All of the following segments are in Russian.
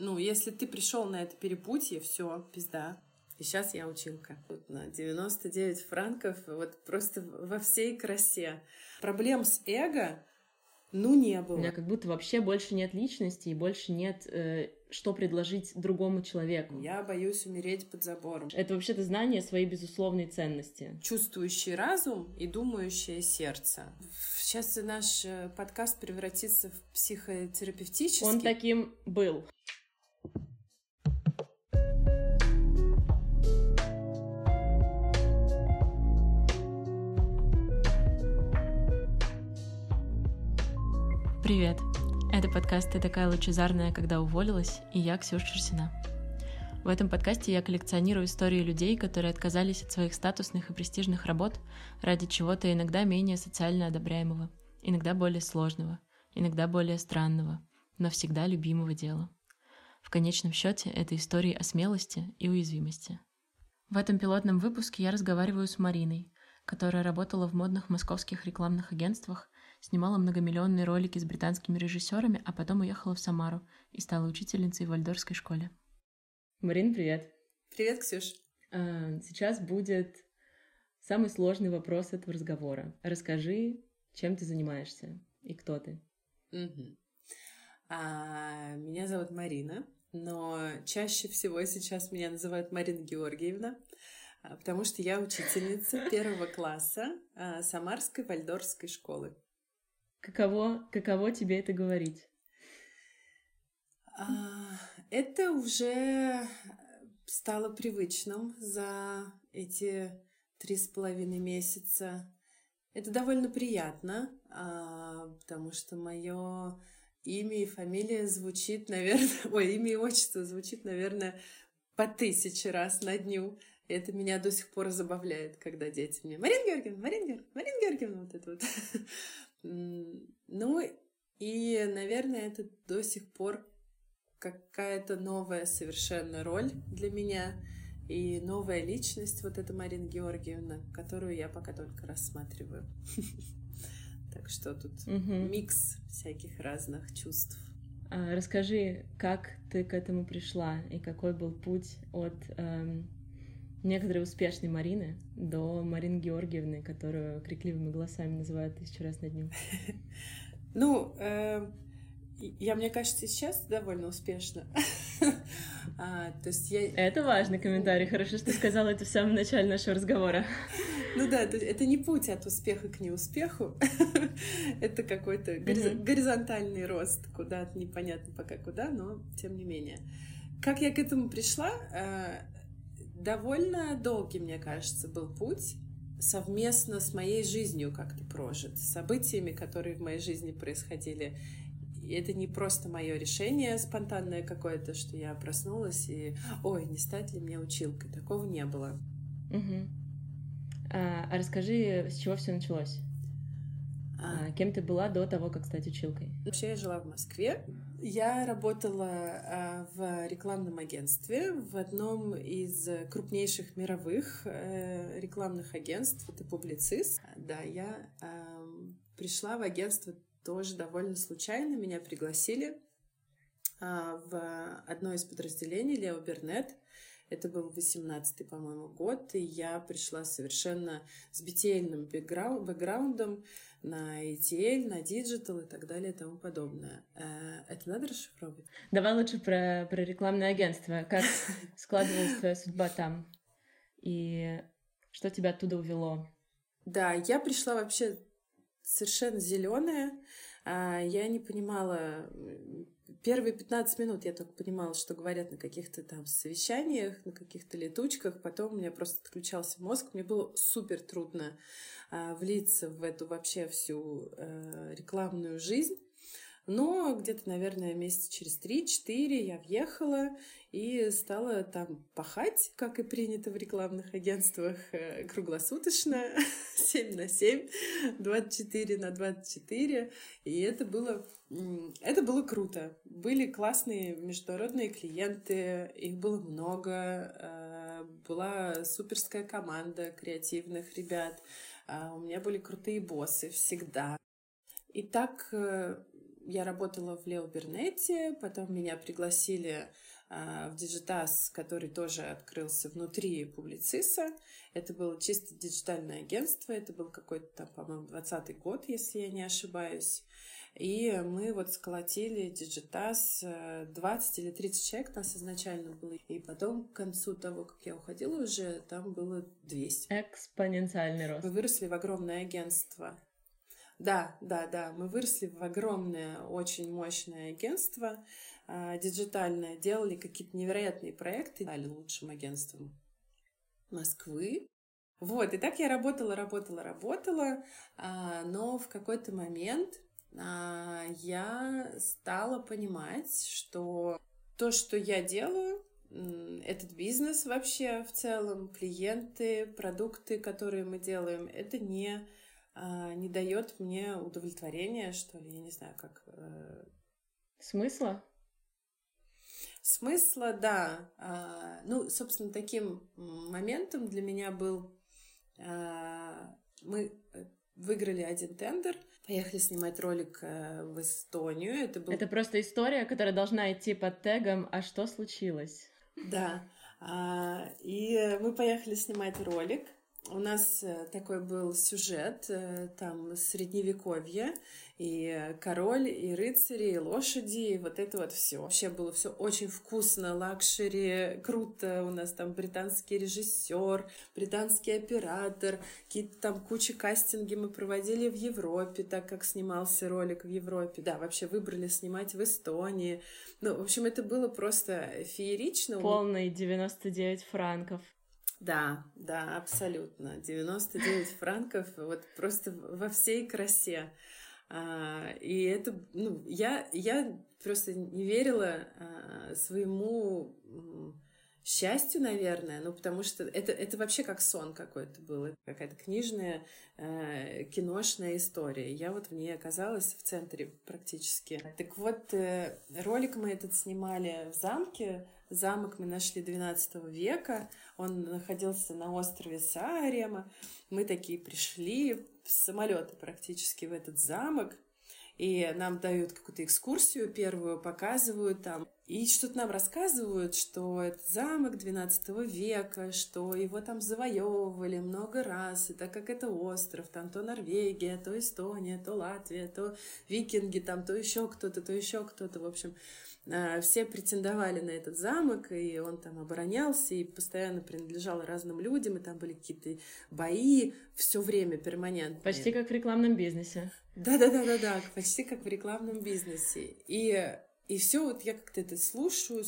Ну, если ты пришел на это перепутье, все, пизда. И сейчас я училка. Вот на 99 франков, вот просто во всей красе. Проблем с эго, не У меня было. как будто вообще больше нет личности и больше нет, что предложить другому человеку. Я боюсь умереть под забором. Это вообще-то знание своей безусловной ценности. Чувствующий разум и думающее сердце. Сейчас наш подкаст превратится в психотерапевтический. Он таким был. Привет! Это подкаст «Ты такая лучезарная, когда уволилась», и я, Ксюша Шерсина. В этом подкасте я коллекционирую истории людей, которые отказались от своих статусных и престижных работ ради чего-то иногда менее социально одобряемого, иногда более сложного, иногда более странного, но всегда любимого дела. В конечном счете, это истории о смелости и уязвимости. В этом пилотном выпуске я разговариваю с Мариной, которая работала в модных московских рекламных агентствах, снимала многомиллионные ролики с британскими режиссерами, а потом уехала в Самару и стала учительницей в Вальдорфской школе. Марин, привет! Привет, Ксюш! Сейчас будет самый сложный вопрос этого разговора. Расскажи, чем ты занимаешься и кто ты? Меня зовут Марина, но чаще всего сейчас меня называют Марина Георгиевна, потому что я учительница 1 класса Самарской Вальдорфской школы. Каково тебе это говорить? Это уже стало привычным за эти 3,5 месяца. Это довольно приятно, потому что мое имя и фамилия звучит, наверное... имя и отчество звучит, наверное, по 1000 раз на дню. И это меня до сих пор забавляет, когда дети мне «Марина Георгиевна, Марина Георгиевна», вот это вот. И, наверное, это до сих пор какая-то новая совершенно роль для меня и новая личность, вот эта Марина Георгиевна, которую я пока только рассматриваю. Так что тут микс всяких разных чувств. Расскажи, как ты к этому пришла и какой был путь от некоторой успешной Марины до Марины Георгиевны, которую крикливыми голосами называют 1000 раз на дню. Мне кажется, сейчас довольно успешно. Это важный комментарий. Хорошо, что ты сказала это в самом начале нашего разговора. Это не путь от успеха к неуспеху. Это какой-то горизонтальный рост, куда-то непонятно пока куда, но тем не менее. Как я к этому пришла? Довольно долгий, мне кажется, был путь, совместно с моей жизнью как-то прожит, с событиями, которые в моей жизни происходили. И это не просто мое решение спонтанное какое-то, что я проснулась и не стать ли мне училкой. Такого не было. А расскажи, с чего все началось? Кем ты была до того, как стать училкой? Вообще я жила в Москве. Я работала в рекламном агентстве, в одном из крупнейших мировых рекламных агентств. Это Publicis. Да, я пришла в агентство тоже довольно случайно. Меня пригласили в одно из подразделений Лео Бернет. Это был 18-й, по-моему, год, и я пришла совершенно с BTL-ным бэкграундом на ETL, на Digital и так далее и тому подобное. Это надо расшифровывать? Давай лучше про рекламное агентство. Как складывалась твоя судьба там? И что тебя оттуда увело? Да, я пришла вообще совершенно зеленая. Я не понимала... Первые 15 минут я только понимала, что говорят на каких-то там совещаниях, на каких-то летучках. Потом у меня просто отключался мозг. Мне было супер трудно влиться в эту вообще всю рекламную жизнь. Но где-то, наверное, месяца через 3-4 я въехала и стала там пахать, как и принято в рекламных агентствах, круглосуточно, 7/7, 24/24. И это было круто. Были классные международные клиенты, их было много, была суперская команда креативных ребят, у меня были крутые боссы всегда. И так я работала в Лео Бернетти, потом меня пригласили в Digitas, который тоже открылся внутри Publicis. Это было чисто диджитальное агентство, это был какой-то там, по-моему, 20-й год, если я не ошибаюсь. И мы вот сколотили Digitas, 20 или 30 человек нас изначально было. И потом, к концу того, как я уходила уже, там было 200. Экспоненциальный рост. Мы выросли в огромное агентство. Да, мы выросли в огромное, очень мощное агентство диджитальное, делали какие-то невероятные проекты, стали лучшим агентством Москвы. Вот, и так я работала, но в какой-то момент я стала понимать, что то, что я делаю, этот бизнес вообще в целом, клиенты, продукты, которые мы делаем, это не дает мне удовлетворения, что ли, я не знаю, как... Смысла? Смысла, да. Ну, собственно, таким моментом для меня был... Мы выиграли один тендер, поехали снимать ролик в Эстонию. Это просто история, которая должна идти под тегом «А что случилось?». Да. И мы поехали снимать ролик. У нас такой был сюжет, там средневековье, и король, и рыцари, и лошади, и вот это вот все. Вообще было все очень вкусно, лакшери, круто. У нас там британский режиссер, британский оператор, какие-то там куча кастинги мы проводили в Европе, так как снимался ролик в Европе. Да, вообще выбрали снимать в Эстонии. Ну, в общем, это было просто феерично. Полные 99 франков. Да, абсолютно. 99 франков, вот просто во всей красе. И это, ну, я просто не верила своему счастью, наверное, ну, потому что это вообще как сон какой-то был, это какая-то книжная, киношная история. Я вот в ней оказалась в центре практически. Так вот, ролик мы этот снимали в замке. Замок мы нашли 12 века, он находился на острове Саарема. Мы такие пришли с самолета практически в этот замок, и нам дают какую-то экскурсию первую, показывают там, и что-то нам рассказывают, что это замок 12 века, что его там завоевывали много раз, и так как это остров, там то Норвегия, то Эстония, то Латвия, то викинги, там то еще кто-то, в общем... Все претендовали на этот замок, и он там оборонялся, и постоянно принадлежал разным людям, и там были какие-то бои все время перманентные. Почти как в рекламном бизнесе. Да, почти как в рекламном бизнесе. И все, вот я как-то это слушаю.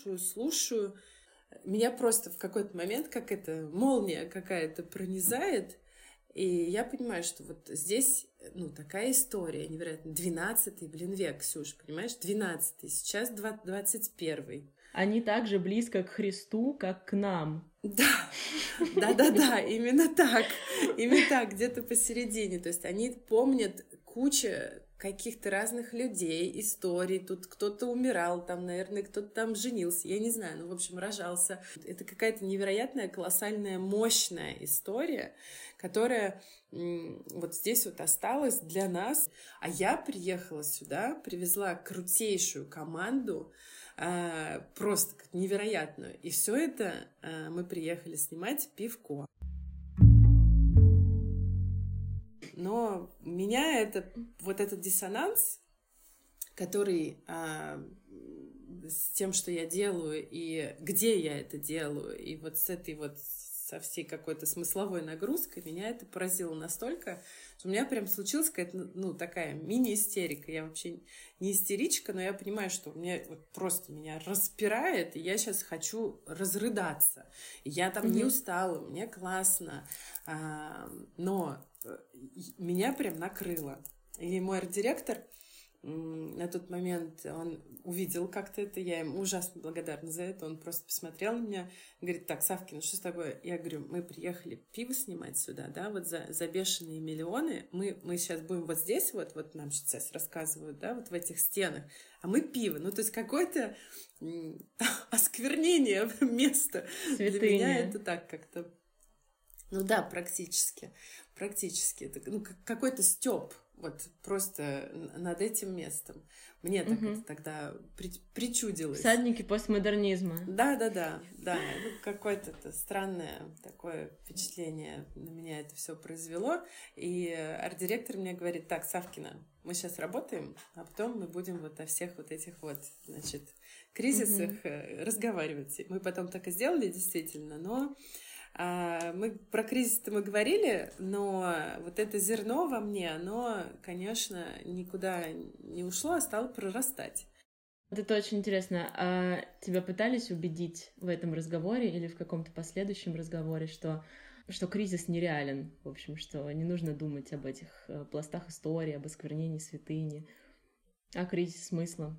Меня просто в какой-то момент, как это молния какая-то пронизает, и я понимаю, что вот здесь, ну, такая история невероятно. 12-й, век, Ксюш, понимаешь? 12-й, сейчас 21-й. Они так же близко к Христу, как к нам. Да, именно так, где-то посередине. То есть они помнят кучу каких-то разных людей, историй. Тут кто-то умирал, там, наверное, кто-то там женился, я не знаю, ну, в общем, рожался. Это какая-то невероятная, колоссальная, мощная история, которая вот здесь вот осталась для нас. А я приехала сюда, привезла крутейшую команду, просто невероятную. И все это мы приехали снимать пивко. Но меня этот диссонанс, который с тем, что я делаю, и где я это делаю, и вот с этой вот со всей какой-то смысловой нагрузкой, меня это поразило настолько, что у меня прям случилась какая-то, ну, такая мини-истерика. Я вообще не истеричка, но я понимаю, что меня вот просто меня распирает, и я сейчас хочу разрыдаться. И я там не устала, мне классно, но меня прям накрыло. И мой арт-директор на тот момент, он увидел как-то это, я ему ужасно благодарна за это, он просто посмотрел на меня, говорит: так, Савкина, что с тобой? Я говорю: мы приехали пиво снимать сюда, да, вот за бешеные миллионы, мы сейчас будем вот здесь, вот нам сейчас рассказывают, да, вот в этих стенах, а мы пиво, ну, то есть какое-то осквернение места. Святыня. Для меня это так как-то, ну да, практически, это, ну, какой-то стёб. вот просто над этим местом. Мне так это тогда причудилось. Всадники постмодернизма. Да. Ну, какое-то странное такое впечатление на меня это все произвело. И арт-директор мне говорит: так, Савкина, мы сейчас работаем, а потом мы будем вот о всех вот этих вот, значит, кризисах разговаривать. Мы потом так и сделали, действительно, но мы про кризис-то мы говорили, но вот это зерно во мне, оно, конечно, никуда не ушло, а стало прорастать. Вот это очень интересно. А тебя пытались убедить в этом разговоре или в каком-то последующем разговоре, что кризис нереален, в общем, что не нужно думать об этих пластах истории, об осквернении святыни, а кризис смысла?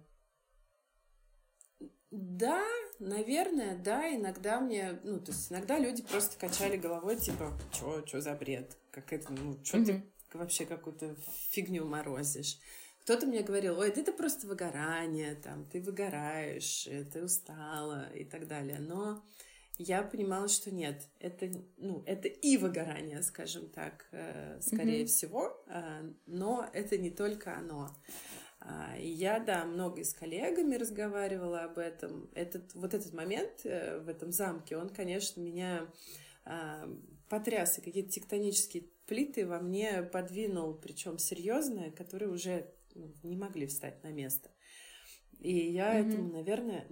Да, наверное, да, иногда мне, ну, то есть иногда люди просто качали головой, типа, чё за бред, как это, ну, чё ты вообще какую-то фигню морозишь. Кто-то мне говорил: ой, это просто выгорание, там, ты выгораешь, ты устала и так далее, но я понимала, что нет, это и выгорание, скажем так, скорее всего, но это не только оно. И я, да, много и с коллегами разговаривала об этом. Этот момент в этом замке, он, конечно, меня потряс, и какие-то тектонические плиты во мне подвинул, причем серьезные, которые уже не могли встать на место. И я этому, наверное,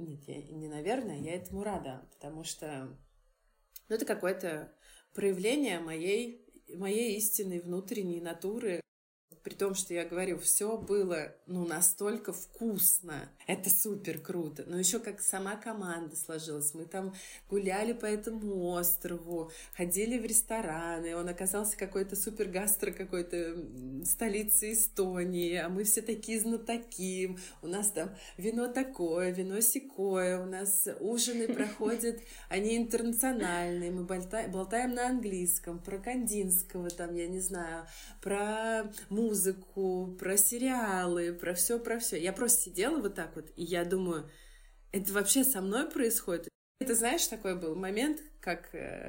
я этому рада, потому что это какое-то проявление моей истинной внутренней натуры. При том, что я говорю, все было, настолько вкусно. Это супер круто. Но еще как сама команда сложилась. Мы там гуляли по этому острову, ходили в рестораны. Он оказался какой-то супер гастро, какой-то столицей Эстонии. А мы все такие знатоки. У нас там вино такое, вино сякое. У нас ужины проходят, они интернациональные. Мы болтаем на английском, про Кандинского, там, я не знаю, про музыку, про сериалы, про все. Я просто сидела вот так вот, и я думаю, это вообще со мной происходит? Это, знаешь, такой был момент, как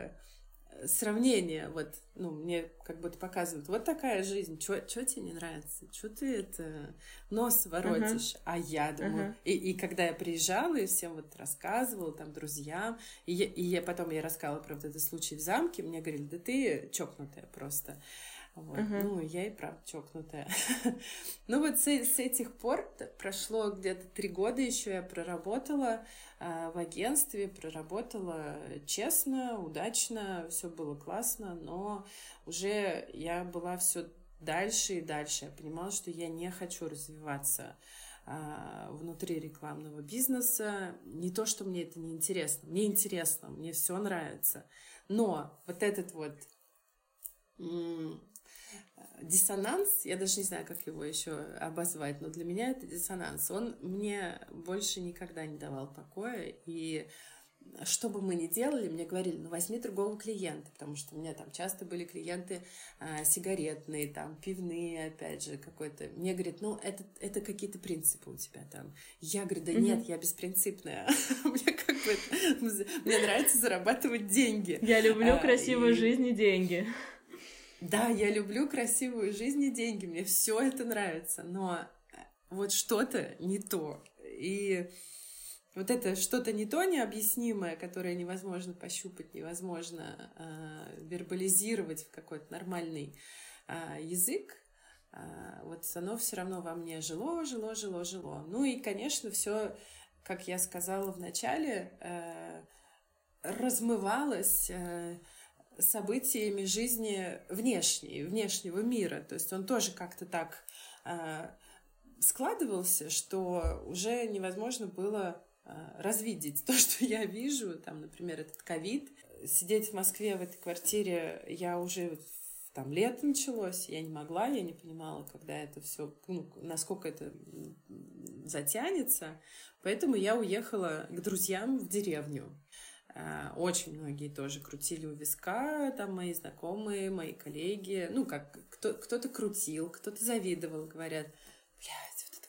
сравнение, вот, мне как будто показывают, вот такая жизнь, чё тебе не нравится, чё ты это нос воротишь, а я думаю, и когда я приезжала и всем вот рассказывала, там, друзьям, и потом я рассказывала про вот этот случай в замке, мне говорили: да ты чокнутая просто. Вот. Я и правда чокнутая. Вот с этих пор прошло где-то 3 года еще я проработала в агентстве, проработала честно, удачно, все было классно, но уже я была все дальше и дальше. Я понимала, что я не хочу развиваться внутри рекламного бизнеса. Не то, что мне это не интересно. Мне интересно, мне все нравится. Но вот этот вот диссонанс, я даже не знаю, как его еще обозвать, но для меня это диссонанс. Он мне больше никогда не давал покоя, и что бы мы ни делали, мне говорили: возьми другого клиента, потому что у меня там часто были клиенты сигаретные, там, пивные, опять же, какой-то. Мне говорят: это какие-то принципы у тебя там. Я говорю: да нет, я беспринципная. Мне нравится зарабатывать деньги. Я люблю красивую жизнь и деньги. Да, я люблю красивую жизнь и деньги, мне все это нравится, но вот что-то не то. И вот это что-то не то, необъяснимое, которое невозможно пощупать, невозможно вербализировать в какой-то нормальный язык, вот оно все равно во мне жило. И, конечно, все, как я сказала в начале, размывалось событиями жизни внешнего мира. То есть он тоже как-то так складывался, что уже невозможно было развидеть то, что я вижу. Там, например, этот ковид. Сидеть в Москве в этой квартире я уже... Там лето началось, я не могла, я не понимала, когда это все, насколько это затянется. Поэтому я уехала к друзьям в деревню. Очень многие тоже крутили у виска, там мои знакомые, мои коллеги. Кто-то крутил, кто-то завидовал, говорят: блядь, вот это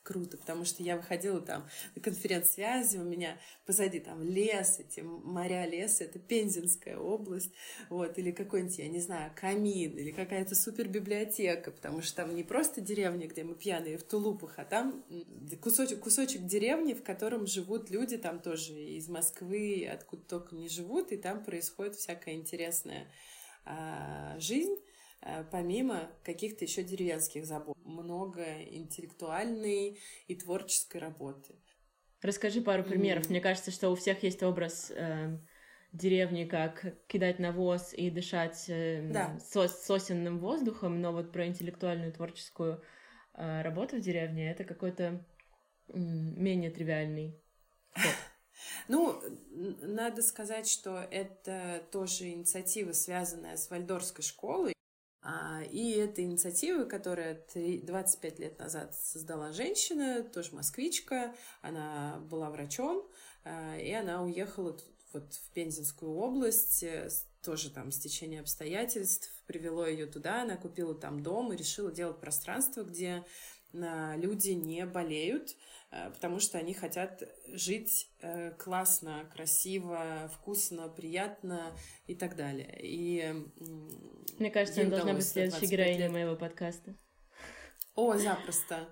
круто, потому что я выходила там на конференц-связи, у меня позади там лес, эти моря леса, это Пензенская область, вот, или какой-нибудь, я не знаю, камин, или какая-то супербиблиотека, потому что там не просто деревня, где мы пьяные в тулупах, а там кусочек деревни, в котором живут люди, там тоже из Москвы, откуда только не живут, и там происходит всякая интересная жизнь, помимо каких-то еще деревенских забот. Много интеллектуальной и творческой работы. Расскажи пару примеров. Мне кажется, что у всех есть образ деревни, как кидать навоз и дышать сосенным воздухом, но вот про интеллектуальную творческую работу в деревне это какой-то менее тривиальный ход. Ну, надо сказать, что это тоже инициатива, связанная с Вальдорфской школой. И это инициатива, которая 25 лет назад создала женщина, тоже москвичка. Она была врачом, и она уехала вот в Пензенскую область, тоже там стечение обстоятельств привело ее туда. Она купила там дом и решила делать пространство, где люди не болеют, потому что они хотят жить классно, красиво, вкусно, приятно и так далее. И мне кажется, она должна быть следующей героиней моего подкаста. О, запросто.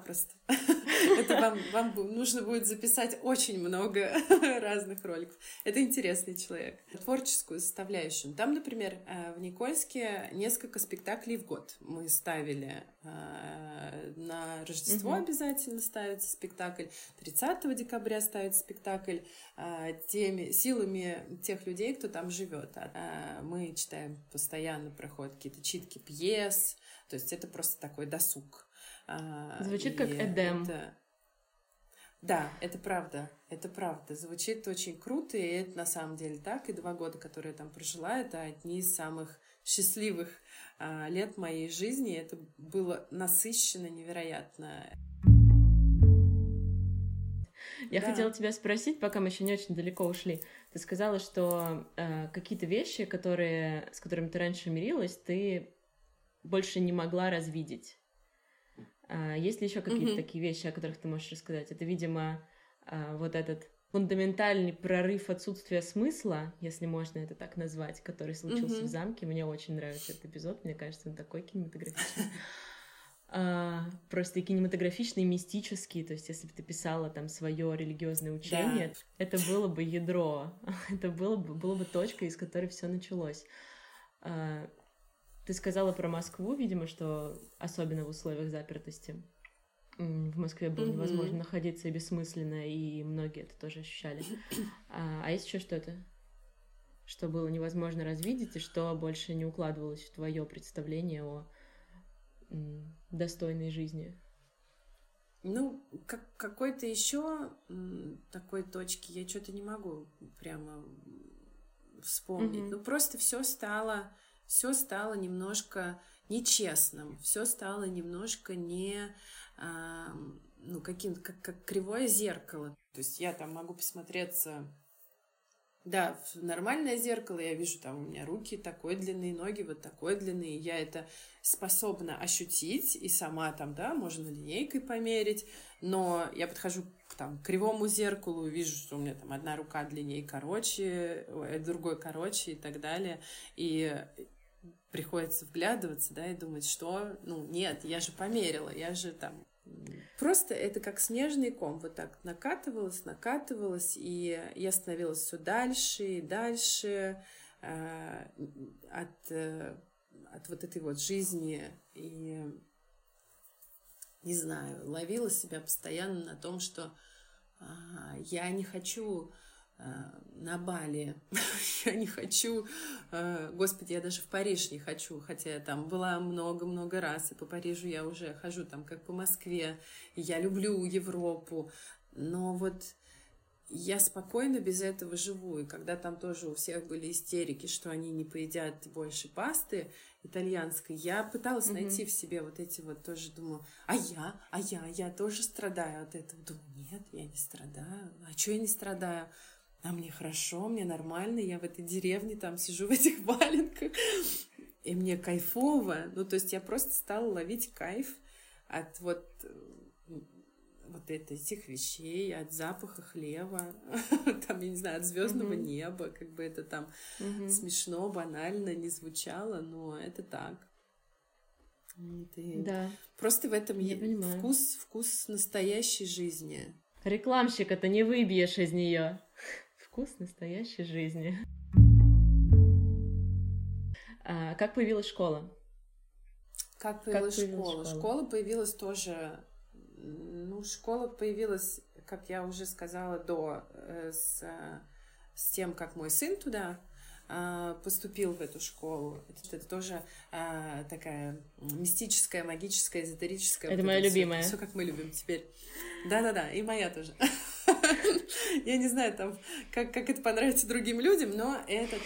Это вам нужно будет записать очень много разных роликов. Это интересный человек. Творческую составляющую. Там, например, в Никольске несколько спектаклей в год мы ставили. На Рождество обязательно ставится спектакль. 30 декабря ставится спектакль силами тех людей, кто там живет. Мы читаем постоянно, проходят какие-то читки пьес. То есть это просто такой досуг. Звучит как Эдем. Да, это правда. Звучит очень круто, и это на самом деле так. И 2 года, которые я там прожила, это одни из самых счастливых лет моей жизни. Это было насыщенно, невероятно. Я хотела тебя спросить, пока мы еще не очень далеко ушли. Ты сказала, что какие-то вещи, с которыми ты раньше мирилась, ты больше не могла развидеть. Есть ли еще какие-то такие вещи, о которых ты можешь рассказать? Это, видимо, вот этот фундаментальный прорыв отсутствия смысла, если можно это так назвать, который случился в замке. Мне очень нравится этот эпизод, мне кажется, он такой кинематографичный. Просто и кинематографичный, и мистический. То есть, если бы ты писала там свое религиозное учение, это было бы ядро, это было бы точка, из которой все началось. Ты сказала про Москву, видимо, что особенно в условиях запертости в Москве было невозможно находиться и бессмысленно, и многие это тоже ощущали. А есть еще что-то, что было невозможно развидеть, и что больше не укладывалось в твое представление о достойной жизни? Ну, какой-то еще такой точки я что-то не могу прямо вспомнить. Ну, просто все стало немножко нечестным, все стало немножко каким-то, как кривое зеркало. То есть я там могу посмотреться, в нормальное зеркало, я вижу, там у меня руки такой длины, ноги вот такой длины, и я это способна ощутить, и сама там, можно линейкой померить, но я подхожу к кривому зеркалу, вижу, что у меня там одна рука длиннее короче, другой короче и так далее, и приходится вглядываться, и думать, что, нет, я же померила, я же там... Просто это как снежный ком, вот так накатывалось, и я становилась все дальше и дальше от вот этой вот жизни, и, не знаю, ловила себя постоянно на том, что я не хочу на Бали, я не хочу, господи, я даже в Париж не хочу, хотя я там была много-много раз, и по Парижу я уже хожу там как по Москве, и я люблю Европу, но вот я спокойно без этого живу, и когда там тоже у всех были истерики, что они не поедят больше пасты итальянской, я пыталась найти в себе вот эти вот тоже, думаю, я тоже страдаю от этого, думаю, нет, я не страдаю, а что я не страдаю? А мне хорошо, мне нормально, я в этой деревне там сижу в этих валенках, и мне кайфово. То есть я просто стала ловить кайф от вот вот этих вещей, от запаха хлеба, там, я не знаю, от звездного неба, как бы это там смешно, банально не звучало, но это так. Да. Просто в этом вкус настоящей жизни. Рекламщика-то не выбьешь из нее. Вкус настоящей жизни. Как появилась школа? Как появилась школа? Школа появилась тоже... школа появилась, как я уже сказала, с тем, как мой сын туда поступил в эту школу. Это тоже такая мистическая, магическая, эзотерическая. Это моя любимая. Все, как мы любим теперь. Да-да-да, и моя тоже. Я не знаю, там, как это понравится другим людям, но это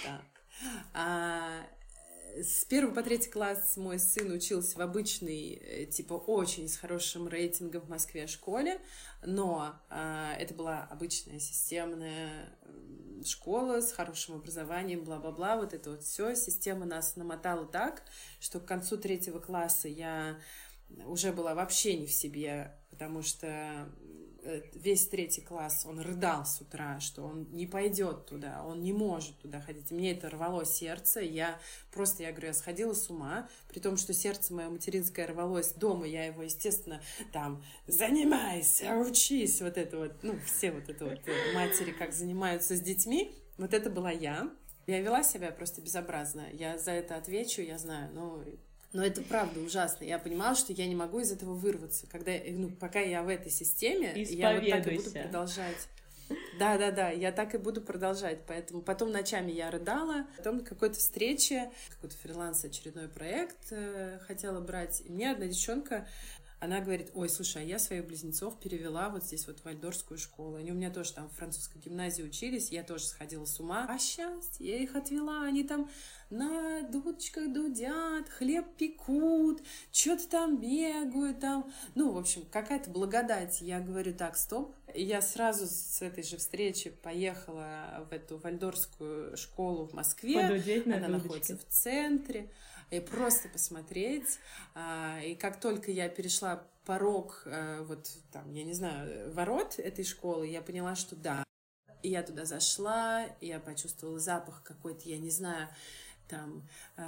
так. С 1 по 3 класс мой сын учился в обычной, типа, очень с хорошим рейтингом в Москве школе, но это была обычная системная школа с хорошим образованием, бла-бла-бла, вот это вот все. Система нас намотала так, что к концу 3 класса я уже была вообще не в себе, потому что весь 3 класс, он рыдал с утра, что он не пойдет туда, он не может туда ходить. И мне это рвало сердце. Я говорю, я сходила с ума, при том, что сердце мое материнское рвалось дома, я его, естественно, там, занимайся, учись, вот это вот, все вот это вот матери как занимаются с детьми, вот это была я. Я вела себя просто безобразно. Я за это отвечу, я знаю, но это правда ужасно. Я понимала, что я не могу из этого вырваться. Пока я в этой системе, я вот так и буду продолжать. Да, я так и буду продолжать. Поэтому потом ночами я рыдала. Потом на какой-то встрече, какой-то фриланс, очередной проект хотела брать. И мне одна девчонка, она говорит: ой, слушай, а я своих близнецов перевела вот здесь вот в вальдорфскую школу. Они у меня тоже там в французской гимназии учились, я тоже сходила с ума. А счастье, я их отвела, они там на дудочках дудят, хлеб пекут, что-то там бегают, там. В общем, какая-то благодать. Я говорю: так, стоп. И я сразу с этой же встречи поехала в эту вальдорфскую школу в Москве. Подудеть на Она дудочке. находится в центре. И просто посмотреть. И как только я перешла порог, вот там, я не знаю, ворот этой школы, я поняла, что да. И я туда зашла, и я почувствовала запах какой-то, я не знаю, там,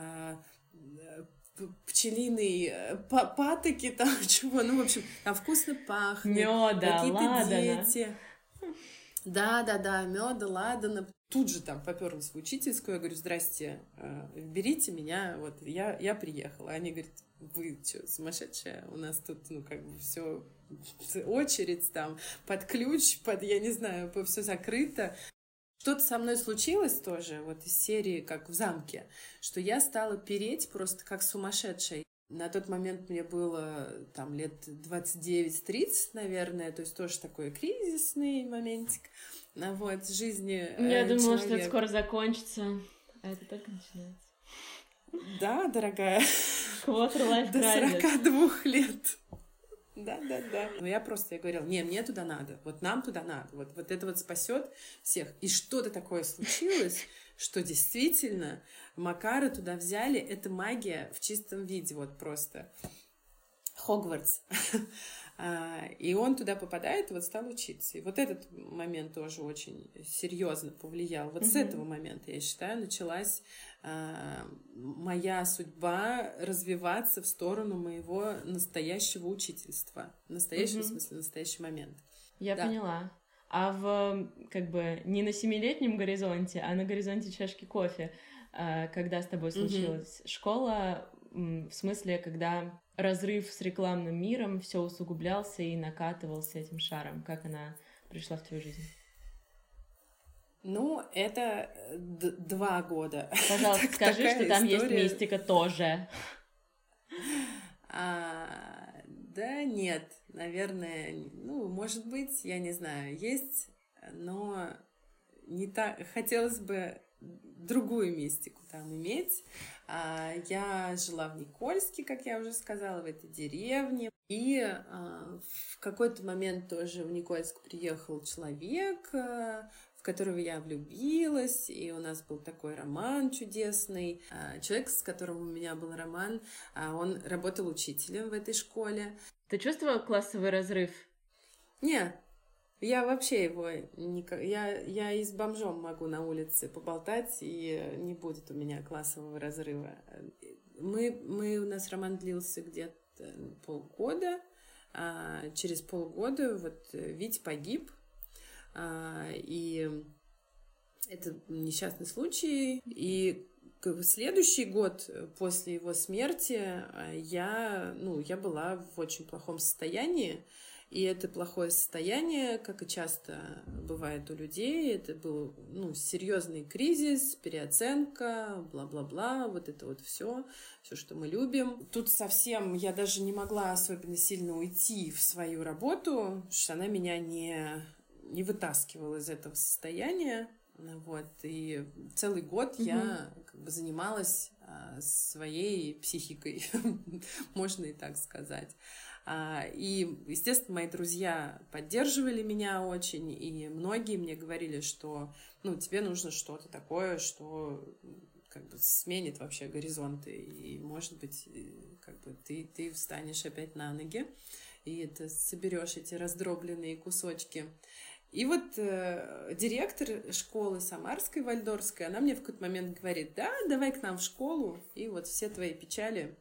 пчелиный патоки, там чего, в общем, там вкусно пахнет. Мёда, какие-то ладана. Дети. Да, мёда, ладана. Тут же там попёрлась в учительскую, я говорю: здрасте, берите меня, вот я приехала. Они говорят: вы что, сумасшедшая? У нас тут, все очередь там, под ключ, я не знаю, все закрыто. Что-то со мной случилось тоже, вот из серии, как в замке, что я стала переть просто как сумасшедшая. На тот момент мне было там лет 29-30, наверное, то есть тоже такой кризисный моментик в жизни Я думала, человека. что это скоро закончится, а это только начинается. Да, дорогая. Quarter life crisis. До 42 лет. Да. Но я говорила: не, мне туда надо, вот нам туда надо, вот это вот спасет всех. И что-то такое случилось, что действительно Макара туда взяли, это магия в чистом виде, вот просто. Хогвартс. И он туда попадает и вот стал учиться. И вот этот момент тоже очень серьезно повлиял. Вот с этого момента, я считаю, началась моя судьба развиваться в сторону моего настоящего учительства. Настоящего, в смысле, настоящий момент. Я поняла. А не на 7-летнем горизонте, а на горизонте чашки кофе, когда с тобой случилась школа, в смысле, когда разрыв с рекламным миром все усугублялся и накатывался этим шаром. Как она пришла в твою жизнь? Это 2 года. Пожалуйста, скажи, что там есть мистика тоже. Да нет, наверное, может быть, я не знаю, есть, но не так. Хотелось бы другую мистику там иметь. Я жила в Никольске, как я уже сказала, в этой деревне. И в какой-то момент тоже в Никольск приехал человек, в которого я влюбилась, и у нас был такой роман чудесный. Человек, с которым у меня был роман, он работал учителем в этой школе. Ты чувствовала классовый разрыв? Не, я вообще его я и с бомжом могу на улице поболтать, и не будет у меня классового разрыва. У нас роман длился где-то полгода. Через полгода вот Витя погиб, и это несчастный случай. И в следующий год после его смерти я была в очень плохом состоянии. И это плохое состояние, как и часто бывает у людей, это был серьезный кризис, переоценка, бла-бла-бла, вот это вот все, что мы любим. Тут совсем я даже не могла особенно сильно уйти в свою работу, потому что она меня не вытаскивала из этого состояния. Вот. И целый год я занималась своей психикой, можно и так сказать. И, естественно, мои друзья поддерживали меня очень, и многие мне говорили, что тебе нужно что-то такое, что сменит вообще горизонты, и, может быть, ты встанешь опять на ноги, и ты соберешь эти раздробленные кусочки. И вот директор школы Самарской, Вальдорфской, она мне в какой-то момент говорит: да, давай к нам в школу, и вот все твои печали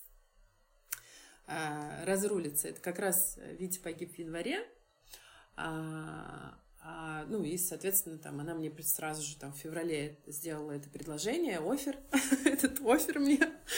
разрулится. Это как раз Витя погиб в январе, и, соответственно, она мне сразу же в феврале сделала это предложение, оффер, этот оффер мне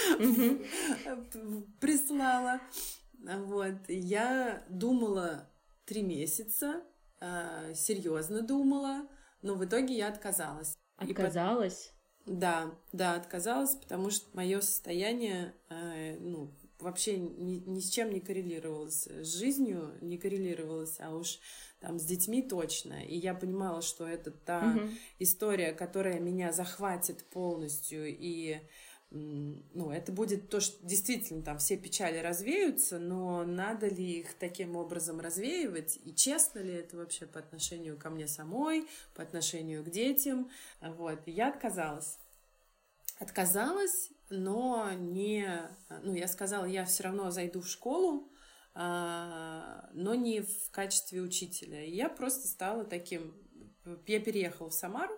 прислала. Вот. Я думала 3 месяца, серьезно думала, но в итоге я отказалась. Отказалась? Да, отказалась, потому что мое состояние, вообще ни с чем не коррелировалось, с жизнью не коррелировалось, а уж с детьми точно. И я понимала, что это та история, которая меня захватит полностью, и это будет то, что действительно все печали развеются, но надо ли их таким образом развеивать, и честно ли это вообще по отношению ко мне самой, по отношению к детям. Вот. И я отказалась, но я сказала, я все равно зайду в школу, но не в качестве учителя. И я просто стала я переехала в Самару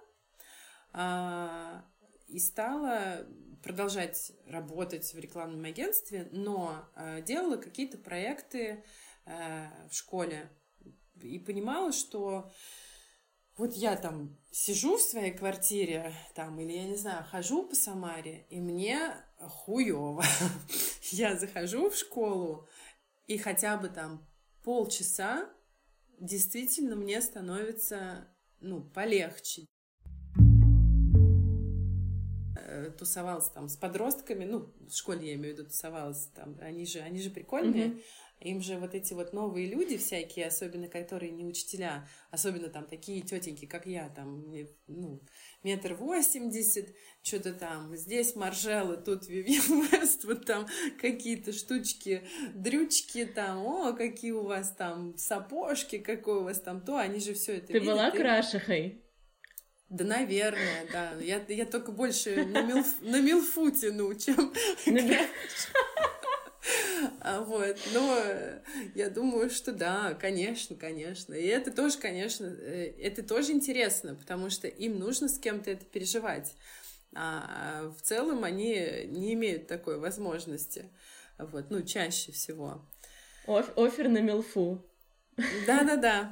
и стала продолжать работать в рекламном агентстве, но делала какие-то проекты в школе и понимала, что вот я сижу в своей квартире, или, я не знаю, хожу по Самаре, и мне хуёво. Я захожу в школу, и хотя бы полчаса действительно мне становится, полегче. Тусовалась с подростками, в школе я имею в виду тусовалась, они же прикольные. Им же вот эти вот новые люди всякие, особенно которые не учителя, особенно такие тетеньки, как я, 1,80 м, что-то здесь Маржелла, тут Вивьен Вест, вот какие-то штучки, дрючки, какие у вас сапожки, какой у вас то, они же все это видят. Ты была крашихой? Да, наверное, да. Я только больше на милфу тяну, чем... Вот, но я думаю, что да, конечно. И это тоже, конечно, это тоже интересно, потому что им нужно с кем-то это переживать. А в целом они не имеют такой возможности. Вот, чаще всего. Оффер на милфу. Да.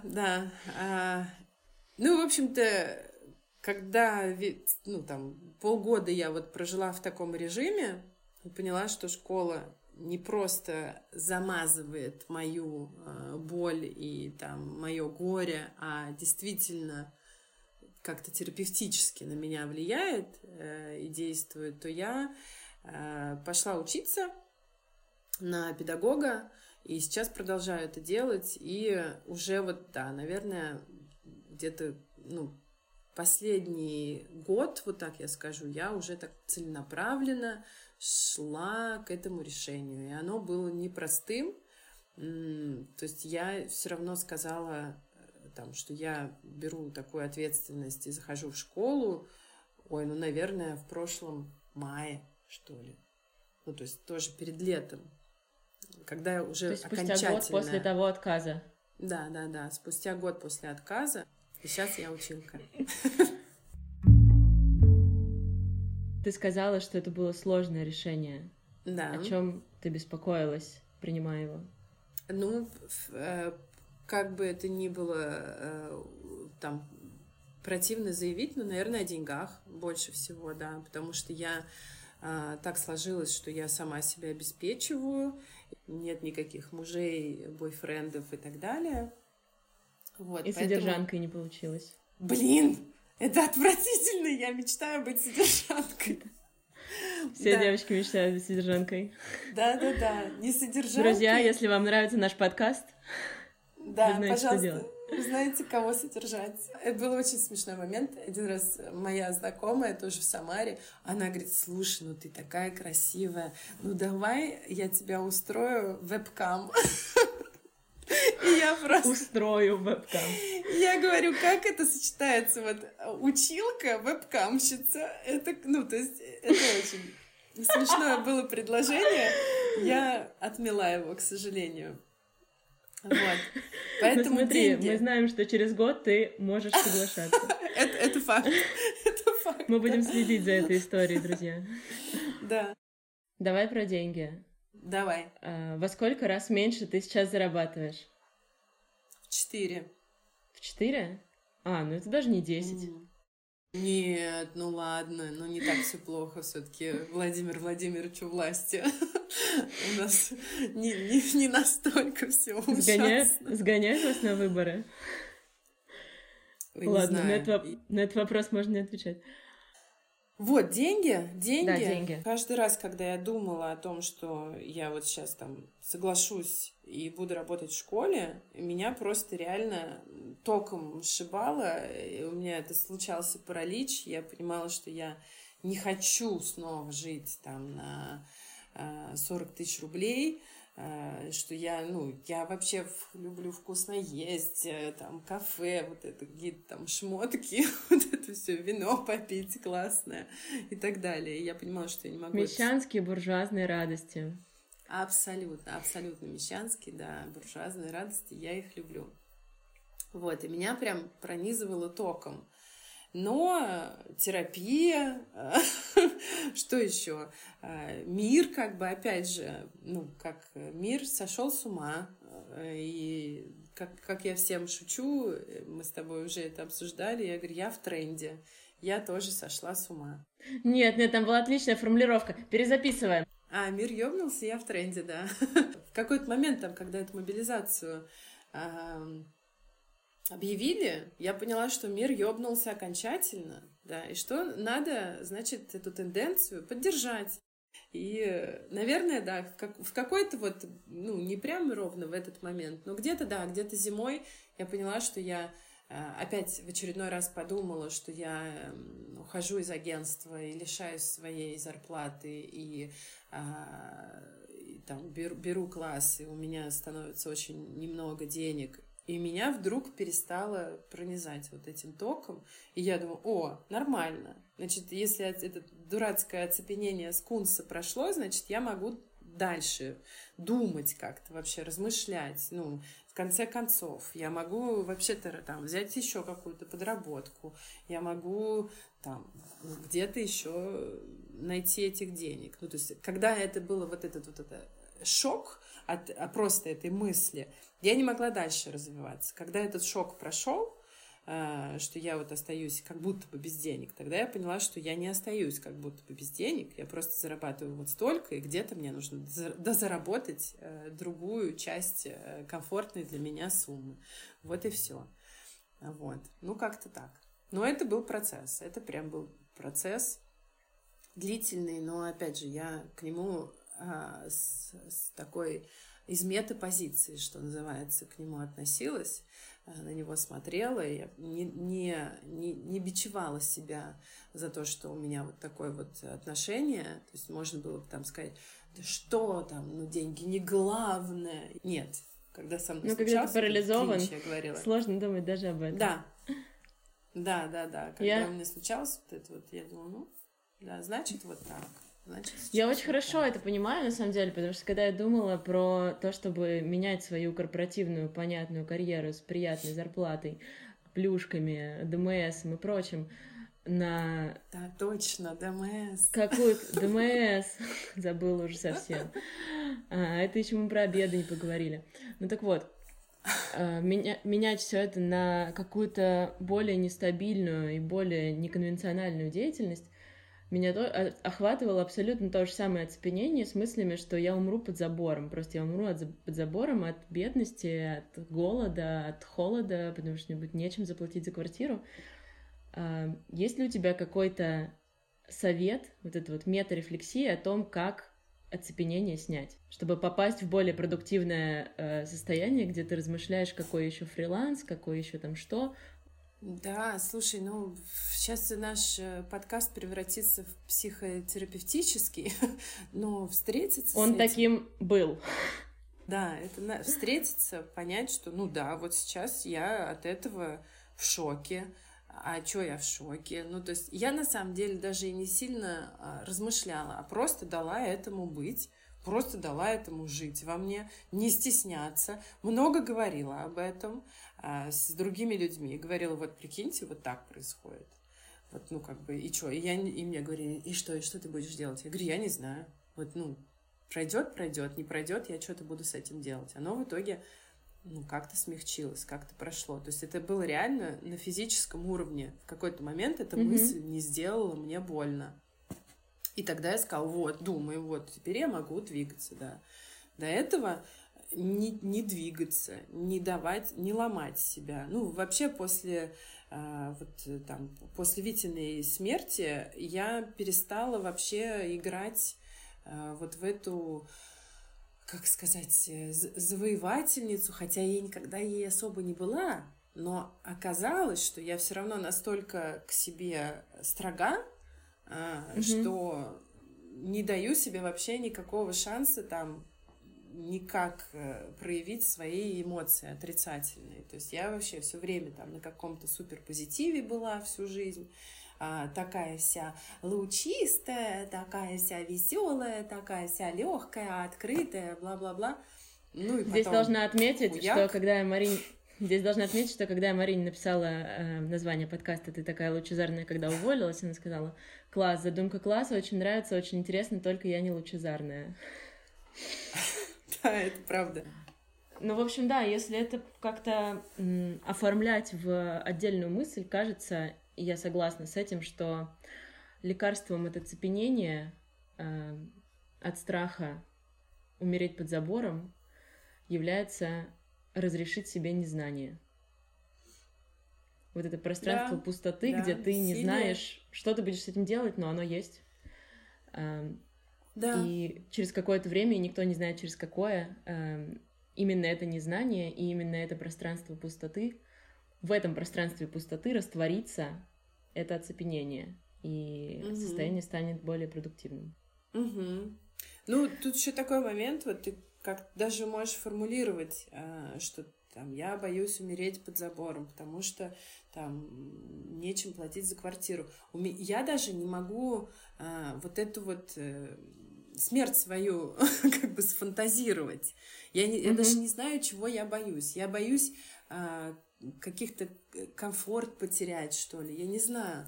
В общем-то, когда, полгода я прожила в таком режиме, и поняла, что школа не просто замазывает мою боль и мое горе, а действительно как-то терапевтически на меня влияет и действует, то я пошла учиться на педагога, и сейчас продолжаю это делать, и уже наверное, где-то, последний год, вот так я скажу, я уже так целенаправленно шла к этому решению. И оно было непростым. То есть я все равно сказала, что я беру такую ответственность и захожу в школу, наверное, в прошлом мае, что ли. То есть тоже перед летом. Когда я уже то есть окончательно... спустя год после того отказа? Да, спустя год после отказа, и сейчас я училка. Ты сказала, что это было сложное решение. Да. О чем ты беспокоилась, принимая его? Ну, как бы это ни было там противно заявить, но, наверное, о деньгах больше всего, да, потому что я так сложилось, что я сама себя обеспечиваю, нет никаких мужей, бойфрендов и так далее. Вот, и поэтому... содержанкой не получилось. Блин, это отвратительно, я мечтаю быть содержанкой. Все девочки мечтают быть содержанкой. Да, не содержанкой. Друзья, если вам нравится наш подкаст, да, вы знаете, пожалуйста, что делать. Вы знаете, кого содержать. Это был очень смешной момент. Один раз моя знакомая, тоже в Самаре, она говорит: слушай, ну ты такая красивая, ну давай я тебя устрою вебкам. И я просто... Устрою вебкам. Я говорю, как это сочетается? Вот училка, вебкамщица. Это, ну, то есть, это очень смешное было предложение. Я отмела его, к сожалению. Вот. Поэтому смотри, деньги... мы знаем, что через год ты можешь соглашаться. Это факт. Это факт. Мы будем следить за этой историей, друзья. Да. Давай про деньги. Давай. Во сколько раз меньше ты сейчас зарабатываешь? В 4. В 4? Ну это даже не 10. Нет, ну ладно, но не так все плохо все-таки. Владимир Владимирович у власти. У нас не настолько все ужасно. Сгоняют вас на выборы? Ладно, на этот вопрос можно не отвечать. Вот, деньги. Да, деньги. Каждый раз, когда я думала о том, что я вот сейчас там соглашусь и буду работать в школе, меня просто реально током сшибало. И у меня это случался паралич. Я понимала, что я не хочу снова жить там на 40 тысяч рублей, что я вообще люблю вкусно есть, там, кафе, вот это какие-то там шмотки, вот это все, вино попить классное и так далее. И я понимала, что я не могу... Мещанские буржуазные радости. Абсолютно мещанские, да, буржуазные радости, я их люблю. Вот, и меня прям пронизывало током. Но терапия, что еще? Мир, как бы, опять же, как мир сошел с ума. И как я всем шучу, мы с тобой уже это обсуждали, я говорю, я в тренде, я тоже сошла с ума. Нет, там была отличная формулировка. Перезаписываем. Мир ёбнулся, я в тренде, да. В какой-то момент, там, когда эту мобилизацию объявили, я поняла, что мир ёбнулся окончательно, да, и что надо, значит, эту тенденцию поддержать. И, наверное, да, в какой-то вот, не прям ровно в этот момент, но где-то, да, где-то зимой я поняла, что я опять в очередной раз подумала, что я ухожу из агентства и лишаюсь своей зарплаты, и там беру класс, и у меня становится очень немного денег. И меня вдруг перестало пронизать вот этим током. И я думаю, нормально. Значит, если это дурацкое оцепенение скунса прошло, значит, я могу дальше думать как-то вообще, размышлять. В конце концов, я могу вообще-то там взять еще какую-то подработку. Я могу там где-то еще найти этих денег. То есть, когда это было вот этот шок от просто этой мысли, я не могла дальше развиваться. Когда этот шок прошел, что я вот остаюсь как будто бы без денег, тогда я поняла, что я не остаюсь как будто бы без денег, я просто зарабатываю вот столько, и где-то мне нужно дозаработать другую часть комфортной для меня суммы. Вот и все. Вот. Как-то так. Но это был процесс. Это прям был процесс длительный, но, опять же, я к нему с такой из метапозиции, что называется, к нему относилась, на него смотрела, и я не бичевала себя за то, что у меня вот такое вот отношение. То есть можно было бы там сказать, да что там, деньги не главное. Нет. Когда со мной случался, когда ты парализован, клинч, я говорила, сложно думать даже об этом. Да. Когда у меня случалось вот это вот, я думала, да, значит, вот так. значит, я очень хорошо это понимаю, на самом деле, потому что когда я думала про то, чтобы менять свою корпоративную, понятную карьеру с приятной зарплатой, плюшками, ДМС и прочим, на... Да, точно, ДМС. Какую-то ДМС, забыла уже совсем. Это еще мы про обеды не поговорили. Ну так вот, менять все это на какую-то более нестабильную и более неконвенциональную деятельность, меня охватывало абсолютно то же самое оцепенение с мыслями, что я умру под забором. Просто я умру под забором от бедности, от голода, от холода, потому что мне будет нечем заплатить за квартиру. Есть ли у тебя какой-то совет, вот эта вот мета-рефлексия о том, как оцепенение снять, чтобы попасть в более продуктивное состояние, где ты размышляешь, какой еще фриланс, какой еще там что? Да, слушай, ну, сейчас наш подкаст превратится в психотерапевтический, но встретиться Он с таким был. Да, это встретиться, понять, что, ну да, вот сейчас я от этого в шоке. А чё я в шоке? Ну, то есть я на самом деле даже и не сильно размышляла, а просто дала этому быть, просто дала этому жить во мне, не стесняться. Много говорила об этом с другими людьми. Говорила, вот прикиньте, вот так происходит. Вот, ну, как бы, и чё? И мне говорили, и что ты будешь делать? Я говорю, я не знаю. Вот, ну, пройдет, не пройдет, я что-то буду с этим делать. Оно в итоге... ну, как-то смягчилось, как-то прошло. То есть это было реально на физическом уровне. В какой-то момент эта мысль не сделала мне больно. И тогда я сказала, вот, думаю, вот, теперь я могу двигаться, да. До этого не двигаться, не давать, не ломать себя. Ну, вообще после Витиной смерти я перестала вообще играть вот в эту... как сказать, завоевательницу, хотя я никогда ей особо не была, но оказалось, что я все равно настолько к себе строга, что не даю себе вообще никакого шанса там никак проявить свои эмоции отрицательные. То есть я вообще все время там на каком-то суперпозитиве была всю жизнь, такая вся лучистая, такая вся веселая, такая вся легкая, открытая, бла-бла-бла. Ну, и потом... Здесь должна отметить, что когда я Марине написала название подкаста «Ты такая лучезарная, когда уволилась», она сказала: «Класс, задумка класса, очень нравится, очень интересно, только я не лучезарная». Да, это правда. Ну, в общем, да, если это как-то оформлять в отдельную мысль, кажется... И я согласна с этим, что лекарством от оцепенения, от страха умереть под забором является разрешить себе незнание. Вот это пространство пустоты, где ты не знаешь, что ты будешь с этим делать, но оно есть. И через какое-то время, и никто не знает через какое, именно это незнание и именно это пространство пустоты, в этом пространстве пустоты растворится это оцепенение, и состояние станет более продуктивным. Ну, тут еще такой момент, вот ты как даже можешь формулировать, что там я боюсь умереть под забором, потому что там нечем платить за квартиру. Я даже не могу вот эту вот смерть свою как бы сфантазировать. Я даже не знаю, чего я боюсь. Я боюсь каких-то комфорт потерять, что ли. Я не знаю.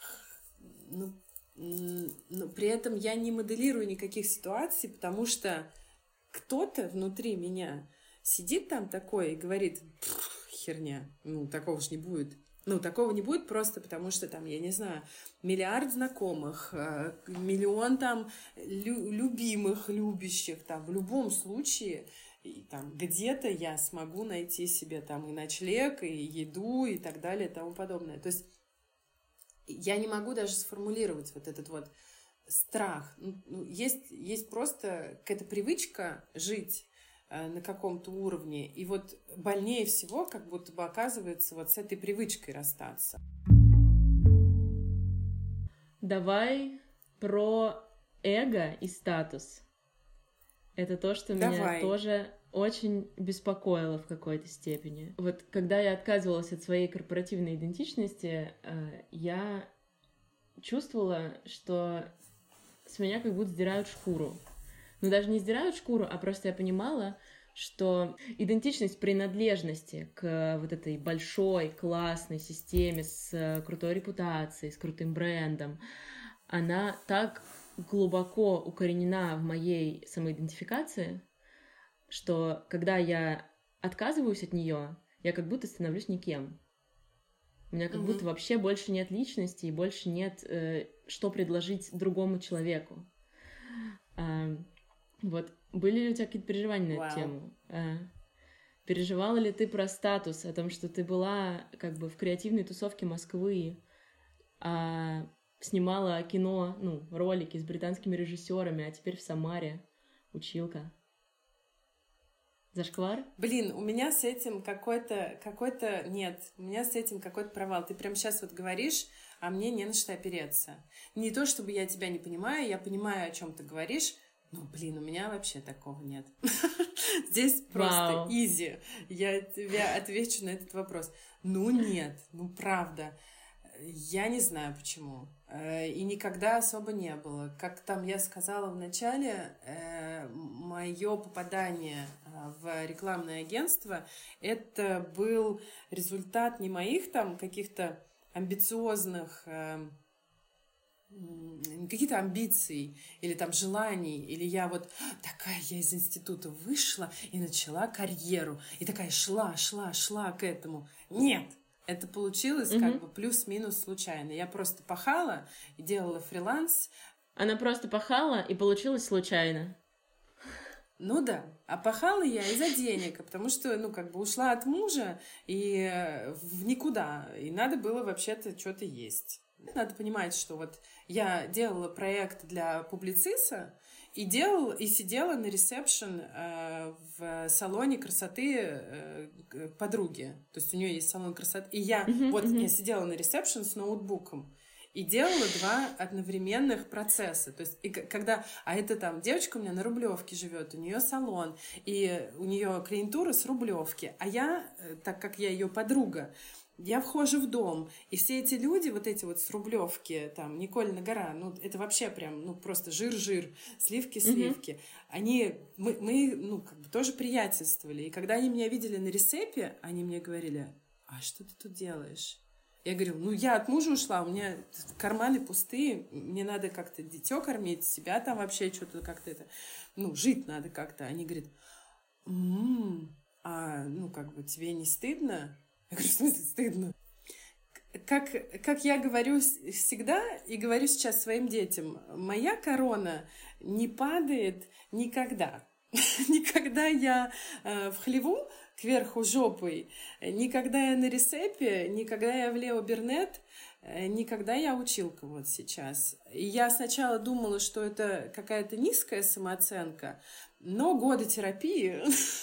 Но при этом я не моделирую никаких ситуаций, потому что кто-то внутри меня сидит там такой и говорит: херня, ну, такого ж не будет. Ну, такого не будет просто потому, что там, я не знаю, миллиард знакомых, миллион там любимых, любящих, там, в любом случае, и там где-то я смогу найти себе там и ночлег, и еду, и так далее, и тому подобное. То есть я не могу даже сформулировать вот этот вот страх. Есть просто какая-то привычка жить на каком-то уровне, и вот больнее всего как будто бы оказывается вот с этой привычкой расстаться. Давай про эго и статус. Это то, что меня тоже очень беспокоило в какой-то степени. Вот когда я отказывалась от своей корпоративной идентичности, я чувствовала, что с меня как будто сдирают шкуру. Ну, даже не сдирают шкуру, а просто я понимала, что идентичность принадлежности к вот этой большой, классной системе с крутой репутацией, с крутым брендом, она так глубоко укоренена в моей самоидентификации, что когда я отказываюсь от нее, я как будто становлюсь никем. У меня как будто вообще больше нет личности и больше нет что предложить другому человеку. Вот. Были ли у тебя какие-то переживания на эту тему? Переживала ли ты про статус, о том, что ты была как бы в креативной тусовке Москвы, снимала кино, ну, ролики с британскими режиссерами, а теперь в Самаре училка? Зашквар? Блин, у меня с этим какой-то... Нет, у меня с этим какой-то провал. Ты прямо сейчас вот говоришь, а мне не на что опереться. Не то, чтобы я тебя не понимаю, я понимаю, о чем ты говоришь. Ну, блин, у меня вообще такого нет. Здесь просто изи. Я тебе отвечу на этот вопрос. Ну, нет, ну, правда. Я не знаю, почему. И никогда особо не было. Как там я сказала в начале, мое попадание в рекламное агентство, это был результат не моих там каких-то амбициозных... какие-то амбиции или там желаний, или я вот такая, я из института вышла и начала карьеру, и такая шла к этому. Нет, это получилось как бы плюс-минус случайно. Я просто пахала и делала фриланс. Она просто пахала и получилось случайно. Ну да, а пахала я из-за денег, потому что, ну, как бы ушла от мужа и в никуда, и надо было вообще-то что-то есть. Надо понимать, что вот я делала проект для Publicis и сидела на ресепшн в салоне красоты подруги. То есть у нее есть салон красоты. И я я сидела на ресепшн с ноутбуком и делала два одновременных процесса. То есть, а это там девочка у меня на Рублевке живет, у нее салон, и у нее клиентура с Рублевки. А я, так как я ее подруга, я вхожу в дом, и все эти люди, вот эти вот с Рублевки, там, Никольна гора, ну, это вообще прям, ну, просто жир-жир, сливки-сливки. Мы, ну, как бы тоже приятельствовали. И когда они меня видели на ресепе, они мне говорили: а что ты тут делаешь? Я говорю: ну, я от мужа ушла, у меня карманы пустые, мне надо как-то дитё кормить, себя там вообще что-то как-то это, ну, жить надо как-то. Они говорят: ну, как бы тебе не стыдно? Я говорю: в смысле стыдно? Как я говорю всегда и говорю сейчас своим детям, моя корона не падает никогда. Никогда я в хлеву кверху жопой, никогда я на ресепе, никогда я в Лео Бернет, никогда я училка вот сейчас. И я сначала думала, что это какая-то низкая самооценка, но годы терапии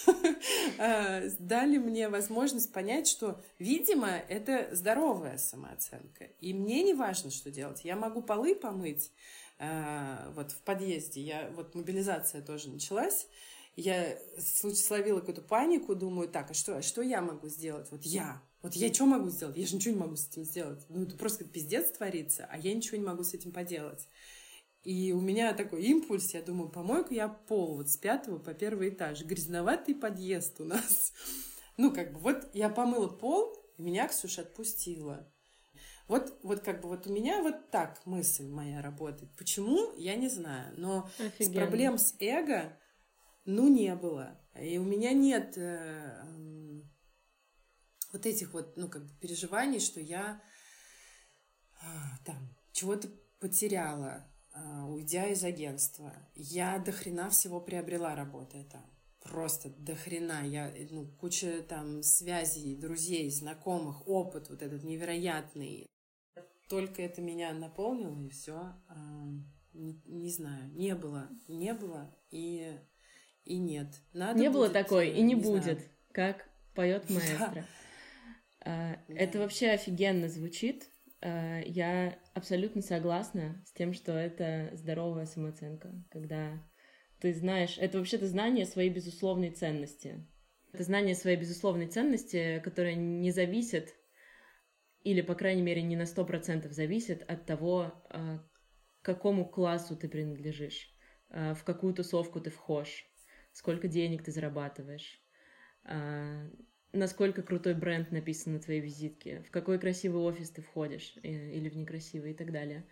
дали мне возможность понять, что, видимо, это здоровая самооценка. И мне не важно, что делать. Я могу полы помыть вот в подъезде. Вот мобилизация тоже началась. Я словила какую-то панику, думаю: так, а что я могу сделать? Вот я что могу сделать? Я же ничего не могу с этим сделать. Ну, это просто пиздец творится, а я ничего не могу с этим поделать. И у меня такой импульс, я думаю: помойку я пол вот с 5 по 1 этаж. Грязноватый подъезд у нас. Ну, как бы, вот я помыла пол, и меня Ксюша отпустила. Вот как бы вот у меня вот так мысль моя работает. Почему? Я не знаю. Но проблем с эго, ну, не было. И у меня нет вот этих вот, ну, как бы переживаний, что я там чего-то потеряла, уйдя из агентства. Я до хрена всего приобрела, работая там. Просто до хрена. Куча там связей, друзей, знакомых, опыт вот этот невероятный. Только это меня наполнило, и все. Не знаю. Не было и нет. Надо не будет, было такой, и не будет, знаю. Как поет маэстро. Это вообще офигенно звучит. Я абсолютно согласна с тем, что это здоровая самооценка, когда ты знаешь, это вообще-то знание своей безусловной ценности. Это знание своей безусловной ценности, которое не зависит, или, по крайней мере, не на 100% зависит от того, какому классу ты принадлежишь, в какую тусовку ты вхож, сколько денег ты зарабатываешь, насколько крутой бренд написан на твоей визитке, в какой красивый офис ты входишь или в некрасивый и так далее.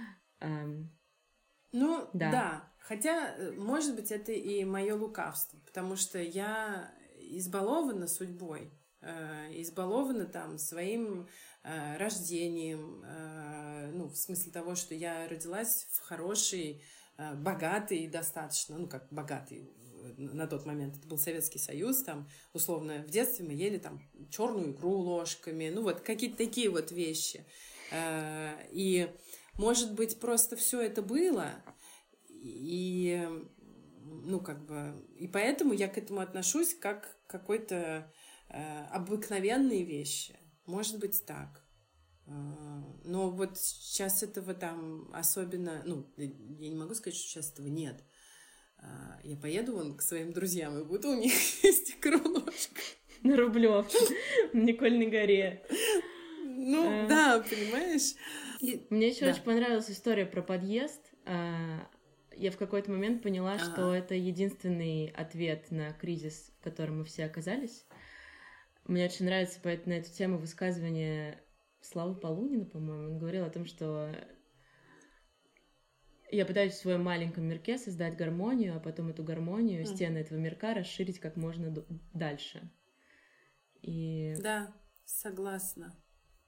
Ну, да. Хотя, может быть, это и мое лукавство, потому что я избалована судьбой, избалована там своим рождением, ну, в смысле того, что я родилась в хорошей, богатой достаточно, ну, как богатый на тот момент, это был Советский Союз, там, условно, в детстве мы ели там черную икру ложками, ну, вот какие-то такие вот вещи. И, может быть, просто все это было, и, ну, как бы, и поэтому я к этому отношусь как к какой-то обыкновенной вещи. Может быть, так. Но вот сейчас этого там особенно... Ну, я не могу сказать, что сейчас этого нет. Я поеду вон к своим друзьям и буду у них есть икру ложкой. На Рублевке, в Никольной горе. Ну, да, понимаешь? Мне еще очень понравилась история про подъезд. Я в какой-то момент поняла, что это единственный ответ на кризис, в котором мы все оказались. Мне очень нравится на эту тему высказывание Славы Полунина, по-моему. Он говорил о том, что я пытаюсь в своем маленьком мирке создать гармонию, а потом эту гармонию, стены этого мирка расширить как можно дальше. И... Да, согласна.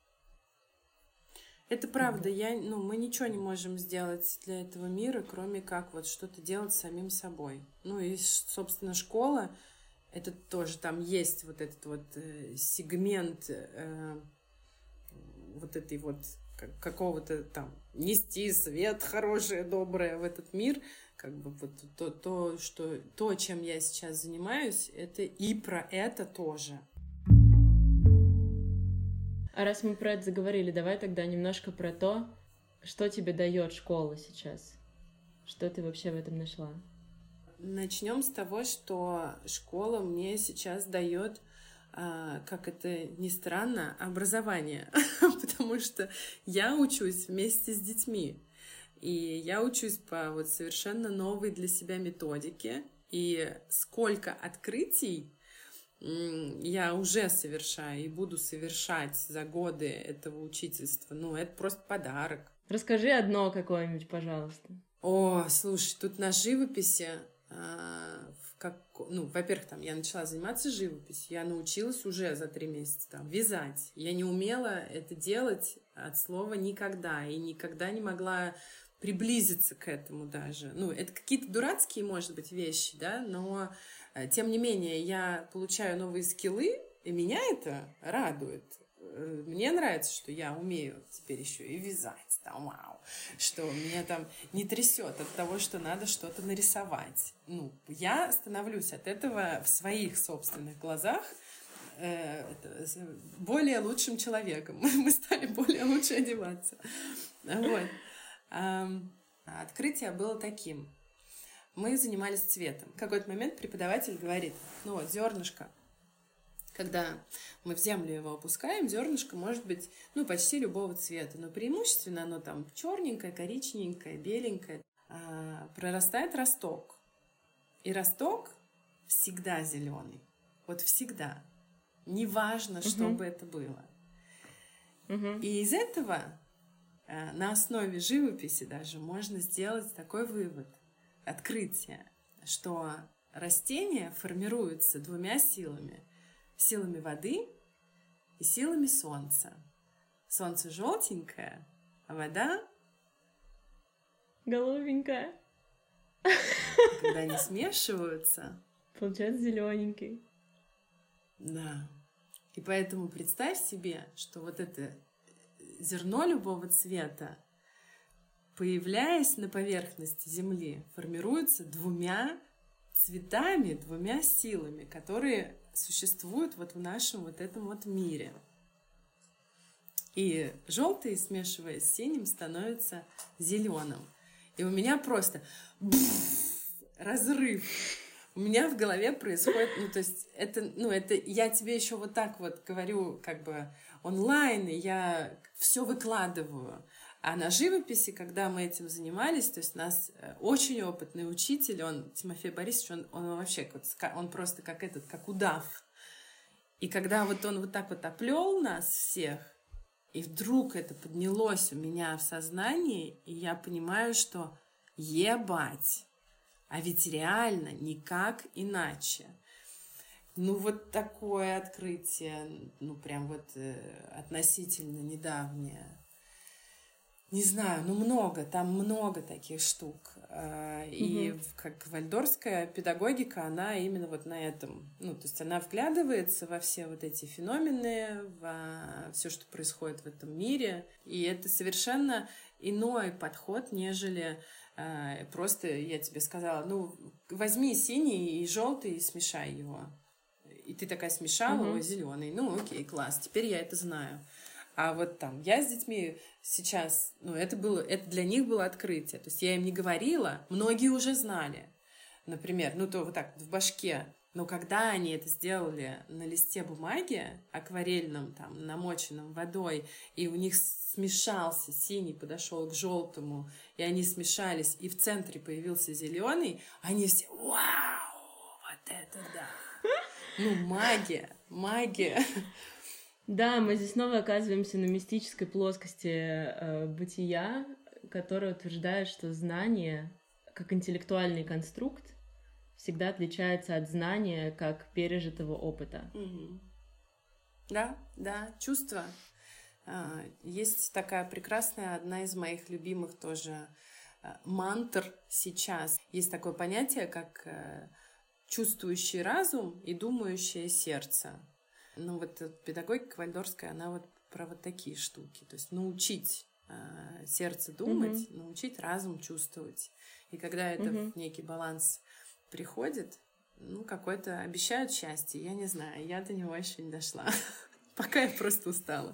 Это правда, мы ничего не можем сделать для этого мира, кроме как вот что-то делать самим собой. Ну и, собственно, школа, это тоже там есть вот этот вот сегмент вот этой вот какого-то там нести свет хорошее, доброе в этот мир, как бы вот то, чем я сейчас занимаюсь, это и про это тоже. А раз мы про это заговорили, давай тогда немножко про то, что тебе дает школа сейчас. Что ты вообще в этом нашла? Начнем с того, что школа мне сейчас дает, как это ни странно, образование, потому что я учусь вместе с детьми, и я учусь по вот совершенно новой для себя методике, и сколько открытий я уже совершаю и буду совершать за годы этого учительства. Ну, это просто подарок. Расскажи одно какое-нибудь, пожалуйста. О, слушай, тут на живописи, во-первых, там я начала заниматься живописью, я научилась уже за 3 месяца там вязать. Я не умела это делать от слова никогда, и никогда не могла приблизиться к этому даже. Ну, это какие-то дурацкие, может быть, вещи, да, но тем не менее я получаю новые скиллы, и меня это радует. Мне нравится, что я умею теперь еще и вязать, там, вау, что меня там не трясет от того, что надо что-то нарисовать. Ну, я становлюсь от этого в своих собственных глазах более лучшим человеком. Мы стали более лучше одеваться. Вот. Открытие было таким. Мы занимались цветом. В какой-то момент преподаватель говорит, ну вот, зернышко. Когда мы в землю его опускаем, зернышко может быть, ну, почти любого цвета, но преимущественно оно там черненькое, коричневенькое, беленькое. Прорастает росток. И росток всегда зеленый. Вот всегда. Неважно, что бы это было. И из этого на основе живописи даже можно сделать такой вывод, открытие, что растения формируются 2 силами. Силами воды и силами солнца. Солнце желтенькое, а вода голубенькая. Когда они смешиваются, получается зелененький. Да. И поэтому представь себе, что вот это зерно любого цвета, появляясь на поверхности Земли, формируется 2 цветами, 2 силами, которые существуют вот в нашем вот этом вот мире. И желтый, смешиваясь с синим, становится зеленым. И у меня просто разрыв. У меня в голове происходит, это я тебе еще вот так вот говорю, как бы онлайн, и я все выкладываю. А на живописи, когда мы этим занимались, то есть у нас очень опытный учитель, он, Тимофей Борисович, он вообще, он просто как удав. И когда вот он вот так вот оплел нас всех, и вдруг это поднялось у меня в сознании, и я понимаю, что ебать, а ведь реально никак иначе. Ну, вот такое открытие, ну, прям вот относительно недавнее. Не знаю, там много таких штук. И как вальдорфская педагогика, она именно вот на этом, ну, то есть она вглядывается во все вот эти феномены, во все, что происходит в этом мире. И это совершенно иной подход, нежели просто, я тебе сказала, ну, возьми синий и желтый и смешай его. И ты такая смешала, ой, зеленый. Ну, окей, класс, теперь я это знаю. А вот там я с детьми сейчас, ну, это для них было открытие. То есть я им не говорила, многие уже знали. Например, ну, то вот так в башке. Но когда они это сделали на листе бумаги, акварельном, там, намоченном водой, и у них смешался синий, подошел к желтому, и они смешались, и в центре появился зеленый, они все, вау, вот это да! Ну, магия. Да, мы здесь снова оказываемся на мистической плоскости бытия, которая утверждает, что знание, как интеллектуальный конструкт, всегда отличается от знания как пережитого опыта. Да, чувство. Есть такая прекрасная, одна из моих любимых тоже мантр сейчас. Есть такое понятие, как чувствующий разум и думающее сердце. Ну, вот педагогика вальдорфская, она вот про вот такие штуки. То есть научить сердце думать, научить разум чувствовать. И когда это в некий баланс приходит, ну, какое-то обещают счастье. Я не знаю, я до него еще не дошла. Пока я просто устала.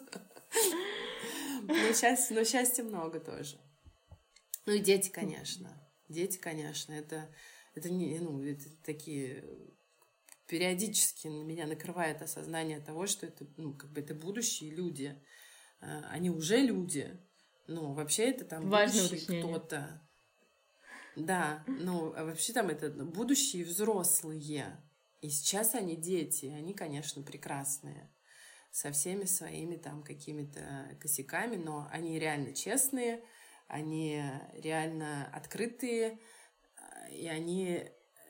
Но счастья много тоже. Ну, и дети, конечно. Это не, ну, это такие... Периодически меня накрывает осознание того, что это, ну, как бы это будущие люди. Они уже люди. Ну, вообще это там важное будущий уточнение. Кто-то. Да, ну, а вообще там это будущие взрослые. И сейчас они дети. Они, конечно, прекрасные. Со всеми своими там какими-то косяками, но они реально честные, они реально открытые, и они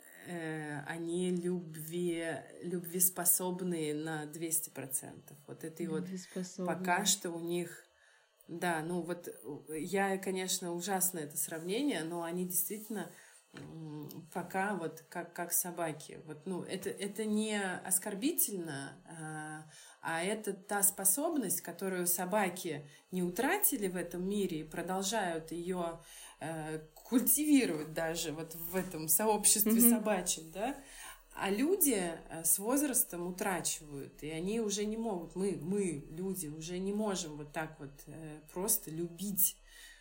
любвеспособные на 200%. Вот это и вот пока что у них... Да, ну вот я, конечно, ужасно это сравнение, но они действительно пока вот как собаки. Вот, ну, это не оскорбительно, а это та способность, которую собаки не утратили в этом мире и продолжают ее культивировать даже вот в этом сообществе собачьем, да, а люди с возрастом утрачивают, и они уже не могут, мы, люди, уже не можем вот так вот просто любить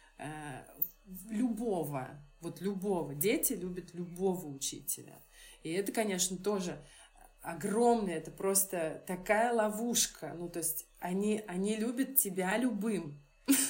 любого. Дети любят любого учителя. И это, конечно, тоже огромное, это просто такая ловушка. Ну, то есть они любят тебя любым.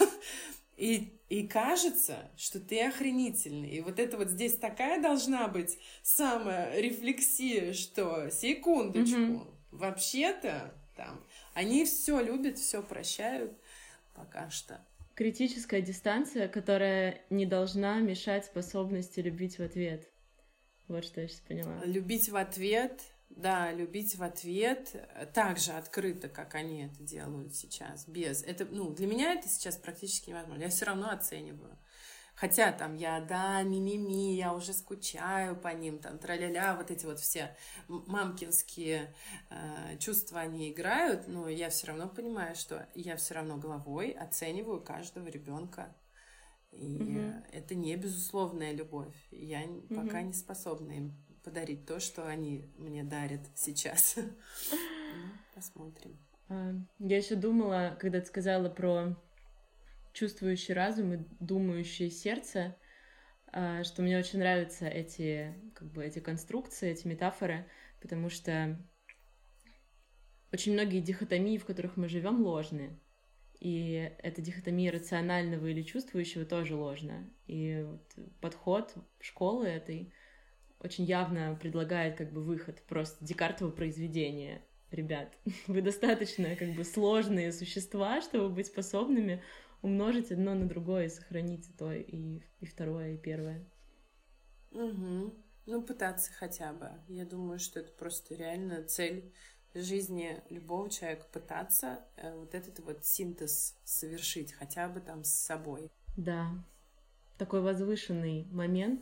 И кажется, что ты охренительный. И вот это вот здесь такая должна быть саморефлексия, что секундочку, вообще-то там они все любят, все прощают пока что. Критическая дистанция, которая не должна мешать способности любить в ответ. Вот что я сейчас поняла. Любить в ответ, да, любить в ответ так же открыто, как они это делают сейчас. Без. Это, ну, для меня это сейчас практически невозможно. Я все равно оцениваю. Хотя там мимими, я уже скучаю по ним, там тра-ля-ля, вот эти вот все мамкинские чувства они играют, но я все равно понимаю, что я все равно головой оцениваю каждого ребенка. И это не безусловная любовь. Я пока не способна им подарить то, что они мне дарят сейчас. Посмотрим. Я еще думала, когда ты сказала про чувствующий разум и думающее сердце, что мне очень нравятся эти конструкции, эти метафоры, потому что очень многие дихотомии, в которых мы живем, ложные. И эта дихотомия рационального или чувствующего тоже ложна. И вот подход школы этой очень явно предлагает как бы выход, просто Декартово произведение. Ребят, вы достаточно как бы сложные существа, чтобы быть способными умножить одно на другое и сохранить и то, и второе, и первое. Угу. Ну, пытаться хотя бы. Я думаю, что это просто реально цель жизни любого человека, пытаться вот этот вот синтез совершить хотя бы там с собой. Да, такой возвышенный момент.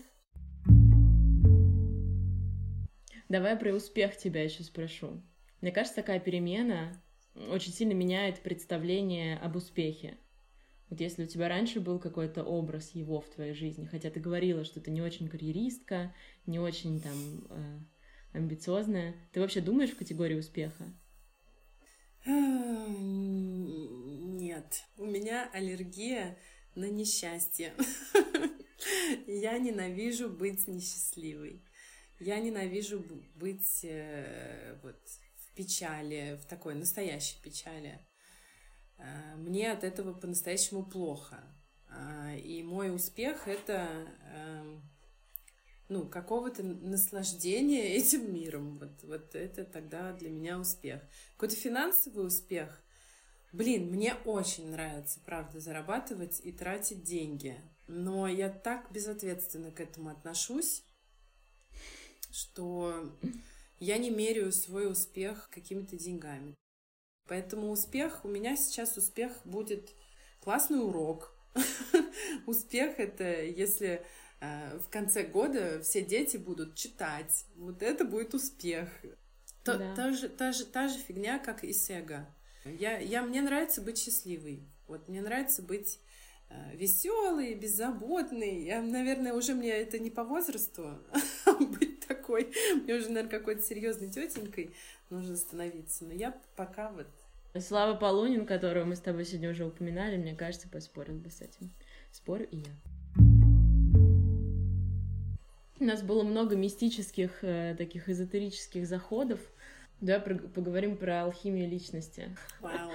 Давай про успех тебя еще спрошу. Мне кажется, такая перемена очень сильно меняет представление об успехе. Вот если у тебя раньше был какой-то образ его в твоей жизни, хотя ты говорила, что ты не очень карьеристка, не очень там амбициозная, ты вообще думаешь в категории успеха? Нет, у меня аллергия на несчастье. Я ненавижу быть несчастливой. Я ненавижу быть вот в печали, в такой настоящей печали. Мне от этого по-настоящему плохо. И мой успех — это какого-то наслаждения этим миром. Вот это тогда для меня успех. Какой-то финансовый успех. Мне очень нравится, правда, зарабатывать и тратить деньги. Но я так безответственно к этому отношусь, что я не меряю свой успех какими-то деньгами. Поэтому у меня сейчас успех будет классный урок. Успех — это если в конце года все дети будут читать. Вот это будет успех. Та же фигня, как и с эго. Мне нравится быть счастливой. Вот мне нравится быть веселой, беззаботной. Наверное, уже мне это не по возрасту быть такой. Мне уже, наверное, какой-то серьезной тетенькой нужно становиться. Но я пока вот... Слава Полунин, которого мы с тобой сегодня уже упоминали, мне кажется, поспорил бы с этим. Спорю и я. У нас было много мистических, таких эзотерических заходов. Давай поговорим про алхимию личности. Вау.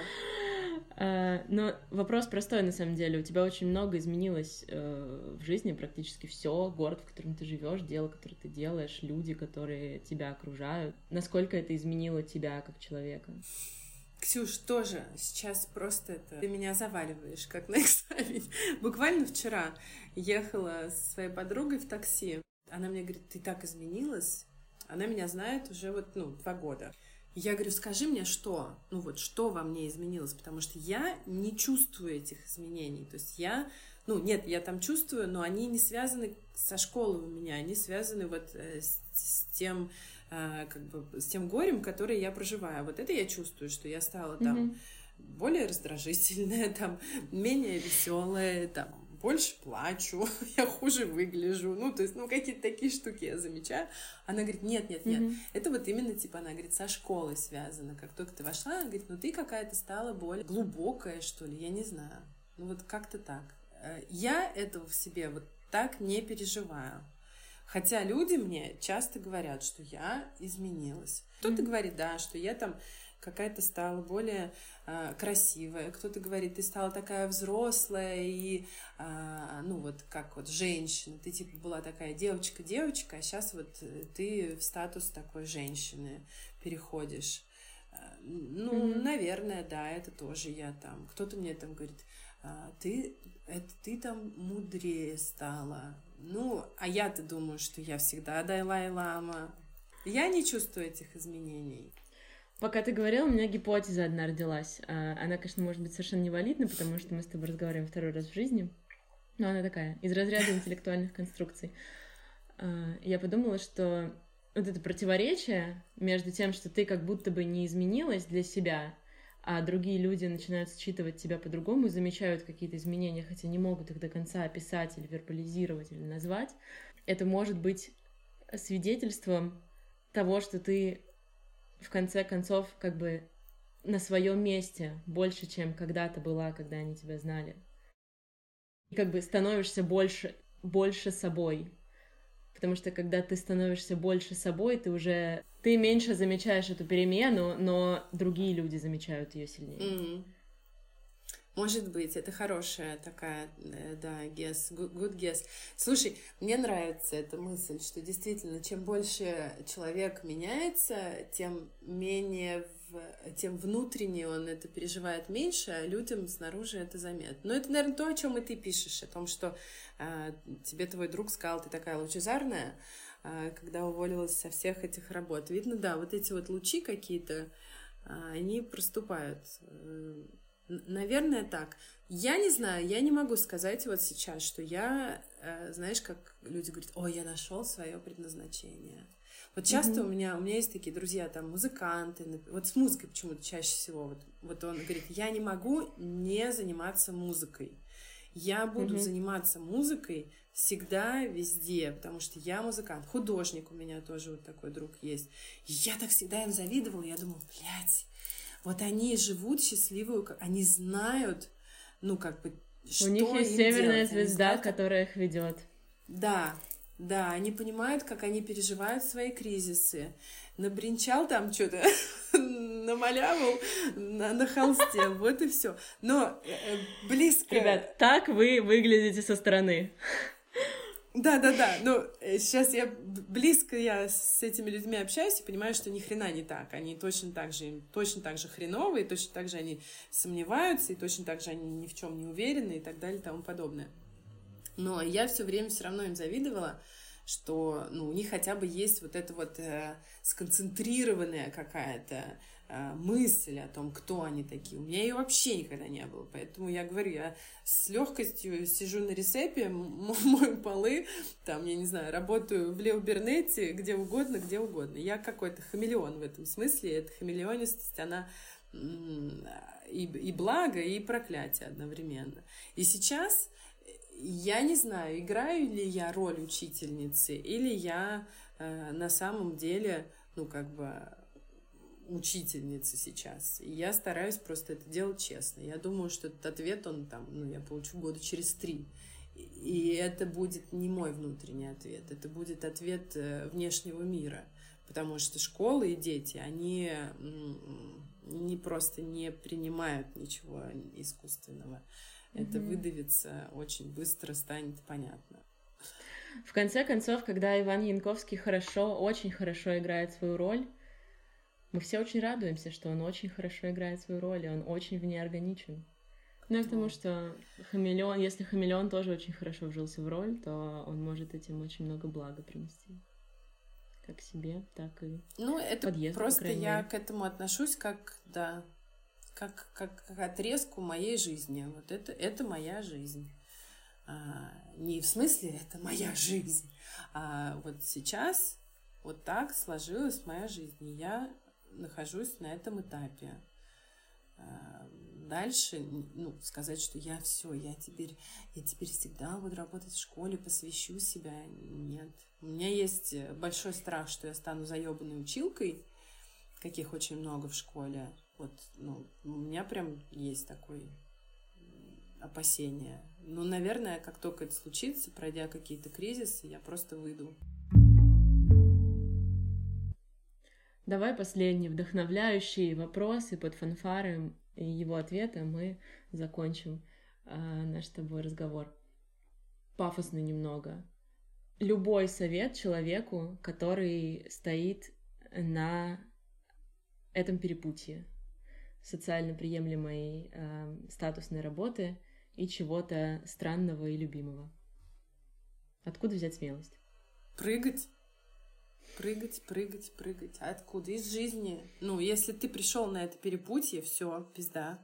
Но вопрос простой, на самом деле. У тебя очень много изменилось в жизни, практически все. Город, в котором ты живешь, дело, которое ты делаешь, люди, которые тебя окружают. Насколько это изменило тебя как человека? Ксюш, тоже сейчас просто ты меня заваливаешь, как на экзамене. Буквально вчера ехала со своей подругой в такси. Она мне говорит: ты так изменилась. Она меня знает уже 2 года. Я говорю: скажи мне, что? Что во мне изменилось? Потому что я не чувствую этих изменений. То есть я там чувствую, но они не связаны со школой у меня. Они связаны с тем горем, которое я проживаю. Вот это я чувствую, что я стала там более раздражительная, там менее веселая, там больше плачу, я хуже выгляжу. Какие-то такие штуки я замечаю. Она говорит: нет, это вот именно, она говорит, со школой связано. Как только ты вошла, она говорит: ты какая-то стала более глубокая, что ли, я не знаю. Как-то так. Я этого в себе так не переживаю. Хотя люди мне часто говорят, что я изменилась. Кто-то говорит, да, что я там какая-то стала более красивая. Кто-то говорит: ты стала такая взрослая и, как женщина. Ты была такая девочка, а сейчас ты в статус такой женщины переходишь. Наверное, да, это тоже я там. Кто-то мне там говорит: ты там мудрее стала. А я-то думаю, что я всегда Далай-лама. Я не чувствую этих изменений. Пока ты говорила, у меня гипотеза одна родилась. Она, конечно, может быть совершенно невалидна, потому что мы с тобой разговариваем 2-й раз в жизни. Но она такая, из разряда интеллектуальных конструкций. Я подумала, что вот это противоречие между тем, что ты как будто бы не изменилась для себя, а другие люди начинают считывать тебя по-другому и замечают какие-то изменения, хотя не могут их до конца описать или вербализировать, или назвать. Это может быть свидетельством того, что ты в конце концов на своем месте больше, чем когда-то была, когда они тебя знали. И становишься больше собой. Потому что когда ты становишься больше собой, ты меньше замечаешь эту перемену, но другие люди замечают ее сильнее. Может быть, это хорошая такая, да, guess, good guess. Слушай, мне нравится эта мысль, что действительно, чем больше человек меняется, тем менее, тем внутренне он это переживает меньше, а людям снаружи это заметно. Но это, наверное, то, о чем и ты пишешь, о том, что тебе твой друг сказал, ты такая лучезарная, когда уволилась со всех этих работ. Видно, да, вот эти вот лучи какие-то, они проступают. Наверное, так. Я не знаю, я не могу сказать вот сейчас, что я, знаешь, как люди говорят, ой, я нашел свое предназначение. Вот часто у меня есть такие друзья, там, музыканты, вот с музыкой почему-то чаще всего. Вот он говорит, я не могу не заниматься музыкой. Я буду заниматься музыкой всегда, везде, потому что я музыкант. Художник у меня тоже вот такой друг есть. И я так всегда им завидовала, я думала, блядь, вот они живут счастливую, они знают, ну, как бы, что у них есть северная делать. звезда, знают, которая их ведет. Да, они понимают, как они переживают свои кризисы. Набринчал там что-то, намалявал на холсте, вот и все. Но близко... Ребят, так вы выглядите со стороны. Да, но сейчас близко с этими людьми общаюсь и понимаю, что ни хрена не так. Они точно так же хреновые, точно так же они сомневаются, и точно так же они ни в чем не уверены и так далее и тому подобное. Но я все время все равно им завидовала, что у них хотя бы есть вот эта вот сконцентрированная какая-то мысль о том, кто они такие. У меня ее вообще никогда не было. Поэтому я говорю, я с легкостью сижу на ресепе, мою полы, там, я не знаю, работаю в Лео Бернетти, где угодно. Я какой-то хамелеон в этом смысле. И эта хамелеонистость, она и благо, и проклятие одновременно. И сейчас я не знаю, играю ли я роль учительницы, или я на самом деле, учительница сейчас. И я стараюсь просто это делать честно. Я думаю, что этот ответ, я получу года через 3. И это будет не мой внутренний ответ, это будет ответ внешнего мира. Потому что школы и дети, они не просто не принимают ничего искусственного. Это выдавится очень быстро, станет понятно. В конце концов, когда Иван Янковский очень хорошо играет свою роль, мы все очень радуемся, что он очень хорошо играет свою роль, и он очень в ней органичен. Ну и к тому, что если хамелеон тоже очень хорошо вжился в роль, то он может этим очень много блага принести. Как себе, так и это подъезду, просто я к этому отношусь как отрезку моей жизни. Вот это моя жизнь. Не в смысле это моя жизнь, а вот сейчас вот так сложилась моя жизнь, и я нахожусь на этом этапе. Дальше, сказать, что я теперь всегда буду работать в школе, посвящу себя, нет. У меня есть большой страх, что я стану заебанной училкой, каких очень много в школе. У меня прям есть такое опасение. Наверное, как только это случится, пройдя какие-то кризисы, я просто выйду. Давай последний вдохновляющий вопрос, и под фанфары и его ответа мы закончим наш с тобой разговор. Пафосно немного. Любой совет человеку, который стоит на этом перепутье социально приемлемой статусной работы и чего-то странного и любимого. Откуда взять смелость? Прыгать. Откуда? Из жизни. Если ты пришел на это перепутье, все, пизда.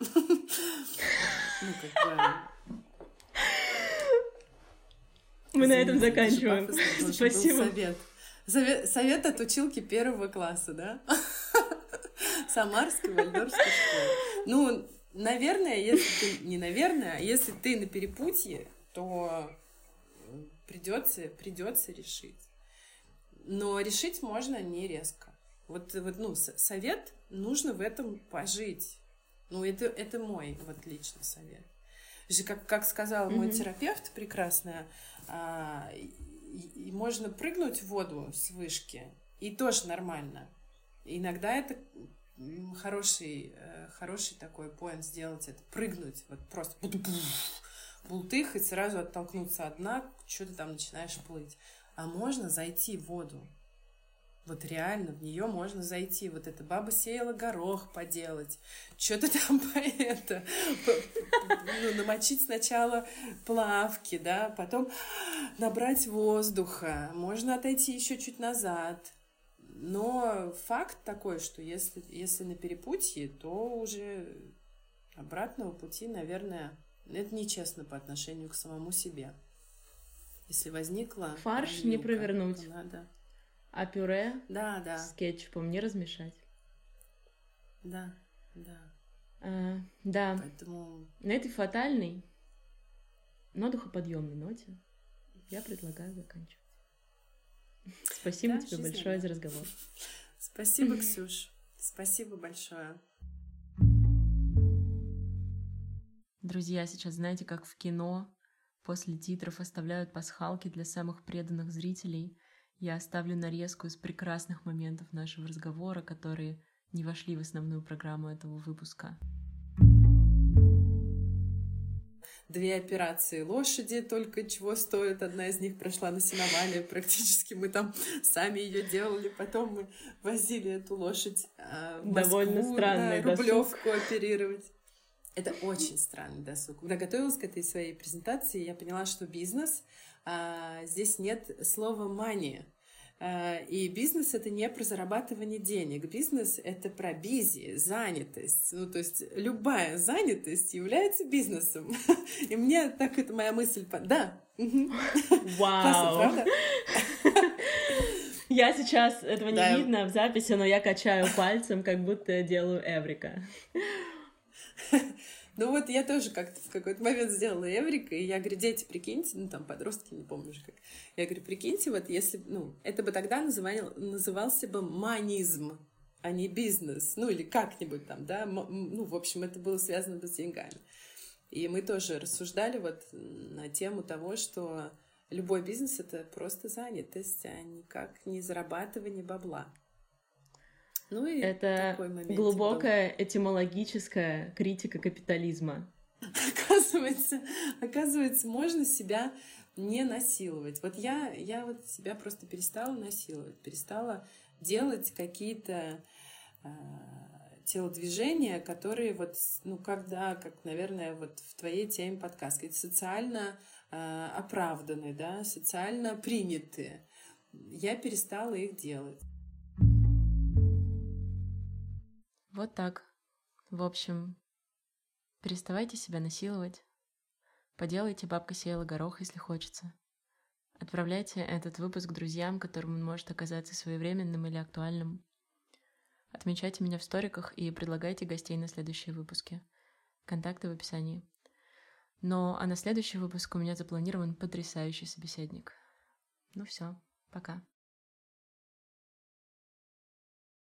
Мы на этом заканчиваем. Спасибо. Совет от училки 1 класса, да? Самарской вальдорфской школы. Наверное, если ты на перепутье, то придется решить. Но решить можно не резко. Совет нужно в этом пожить. Это мой личный совет. Как сказала мой терапевт прекрасная, можно прыгнуть в воду с вышки, и тоже нормально. Иногда это хороший такой поинт сделать это, прыгнуть, вот просто бултых и сразу оттолкнуться от дна, что ты там начинаешь плыть. А можно зайти в воду. Вот реально в нее можно зайти. Вот эта баба сеяла горох поделать. Что-то там намочить сначала плавки, да, потом набрать воздуха. Можно отойти еще чуть назад. Но факт такой, что если на перепутье, то уже обратного пути, наверное, это нечестно по отношению к самому себе. Если возникла фарш не провернуть. Надо... А пюре да. с кетчупом не размешать. Да. Да. Поэтому... На этой фатальной, но духоподъемной ноте я предлагаю заканчивать. Спасибо тебе большое за разговор. Спасибо, Ксюш. Спасибо большое. Друзья, сейчас знаете, как в кино после титров оставляют пасхалки для самых преданных зрителей. Я оставлю нарезку из прекрасных моментов нашего разговора, которые не вошли в основную программу этого выпуска. 2 операции лошади только чего стоят. Одна из них прошла на сеновале. Практически мы там сами ее делали. Потом мы возили эту лошадь в Москву, довольно странный на Рублевку оперировать. Это очень странный досуг. Когда готовилась к этой своей презентации, я поняла, что бизнес, здесь нет слова money. И бизнес — это не про зарабатывание денег. Бизнес — это про бизи, занятость. Ну, то есть любая занятость является бизнесом. И мне так это моя мысль... Да. Вау! Классно, правда? Я сейчас, этого не видно в записи, но я качаю пальцем, как будто делаю эврика. Ну вот я тоже как-то в какой-то момент сделала эврика, и я говорю, дети, прикиньте, ну там подростки, не помню уже как. Я говорю, прикиньте, вот если, это бы тогда назывался бы манизм, а не бизнес, ну или как-нибудь там, да, в общем, это было связано с деньгами. И мы тоже рассуждали вот на тему того, что любой бизнес — это просто занятость, а никак не зарабатывание бабла. Ну, и это глубокая этимологическая критика капитализма. Оказывается, можно себя не насиловать. Вот я вот себя просто перестала насиловать, перестала делать какие-то телодвижения, которые вот, как, наверное, вот в твоей теме подкаста, социально оправданы, да, социально принятые. Я перестала их делать. Вот так. В общем, переставайте себя насиловать. Поделайте «Бабка сеяла горох», если хочется. Отправляйте этот выпуск друзьям, которым он может оказаться своевременным или актуальным. Отмечайте меня в сториках и предлагайте гостей на следующие выпуски. Контакты в описании. А на следующий выпуск у меня запланирован потрясающий собеседник. Ну все, пока.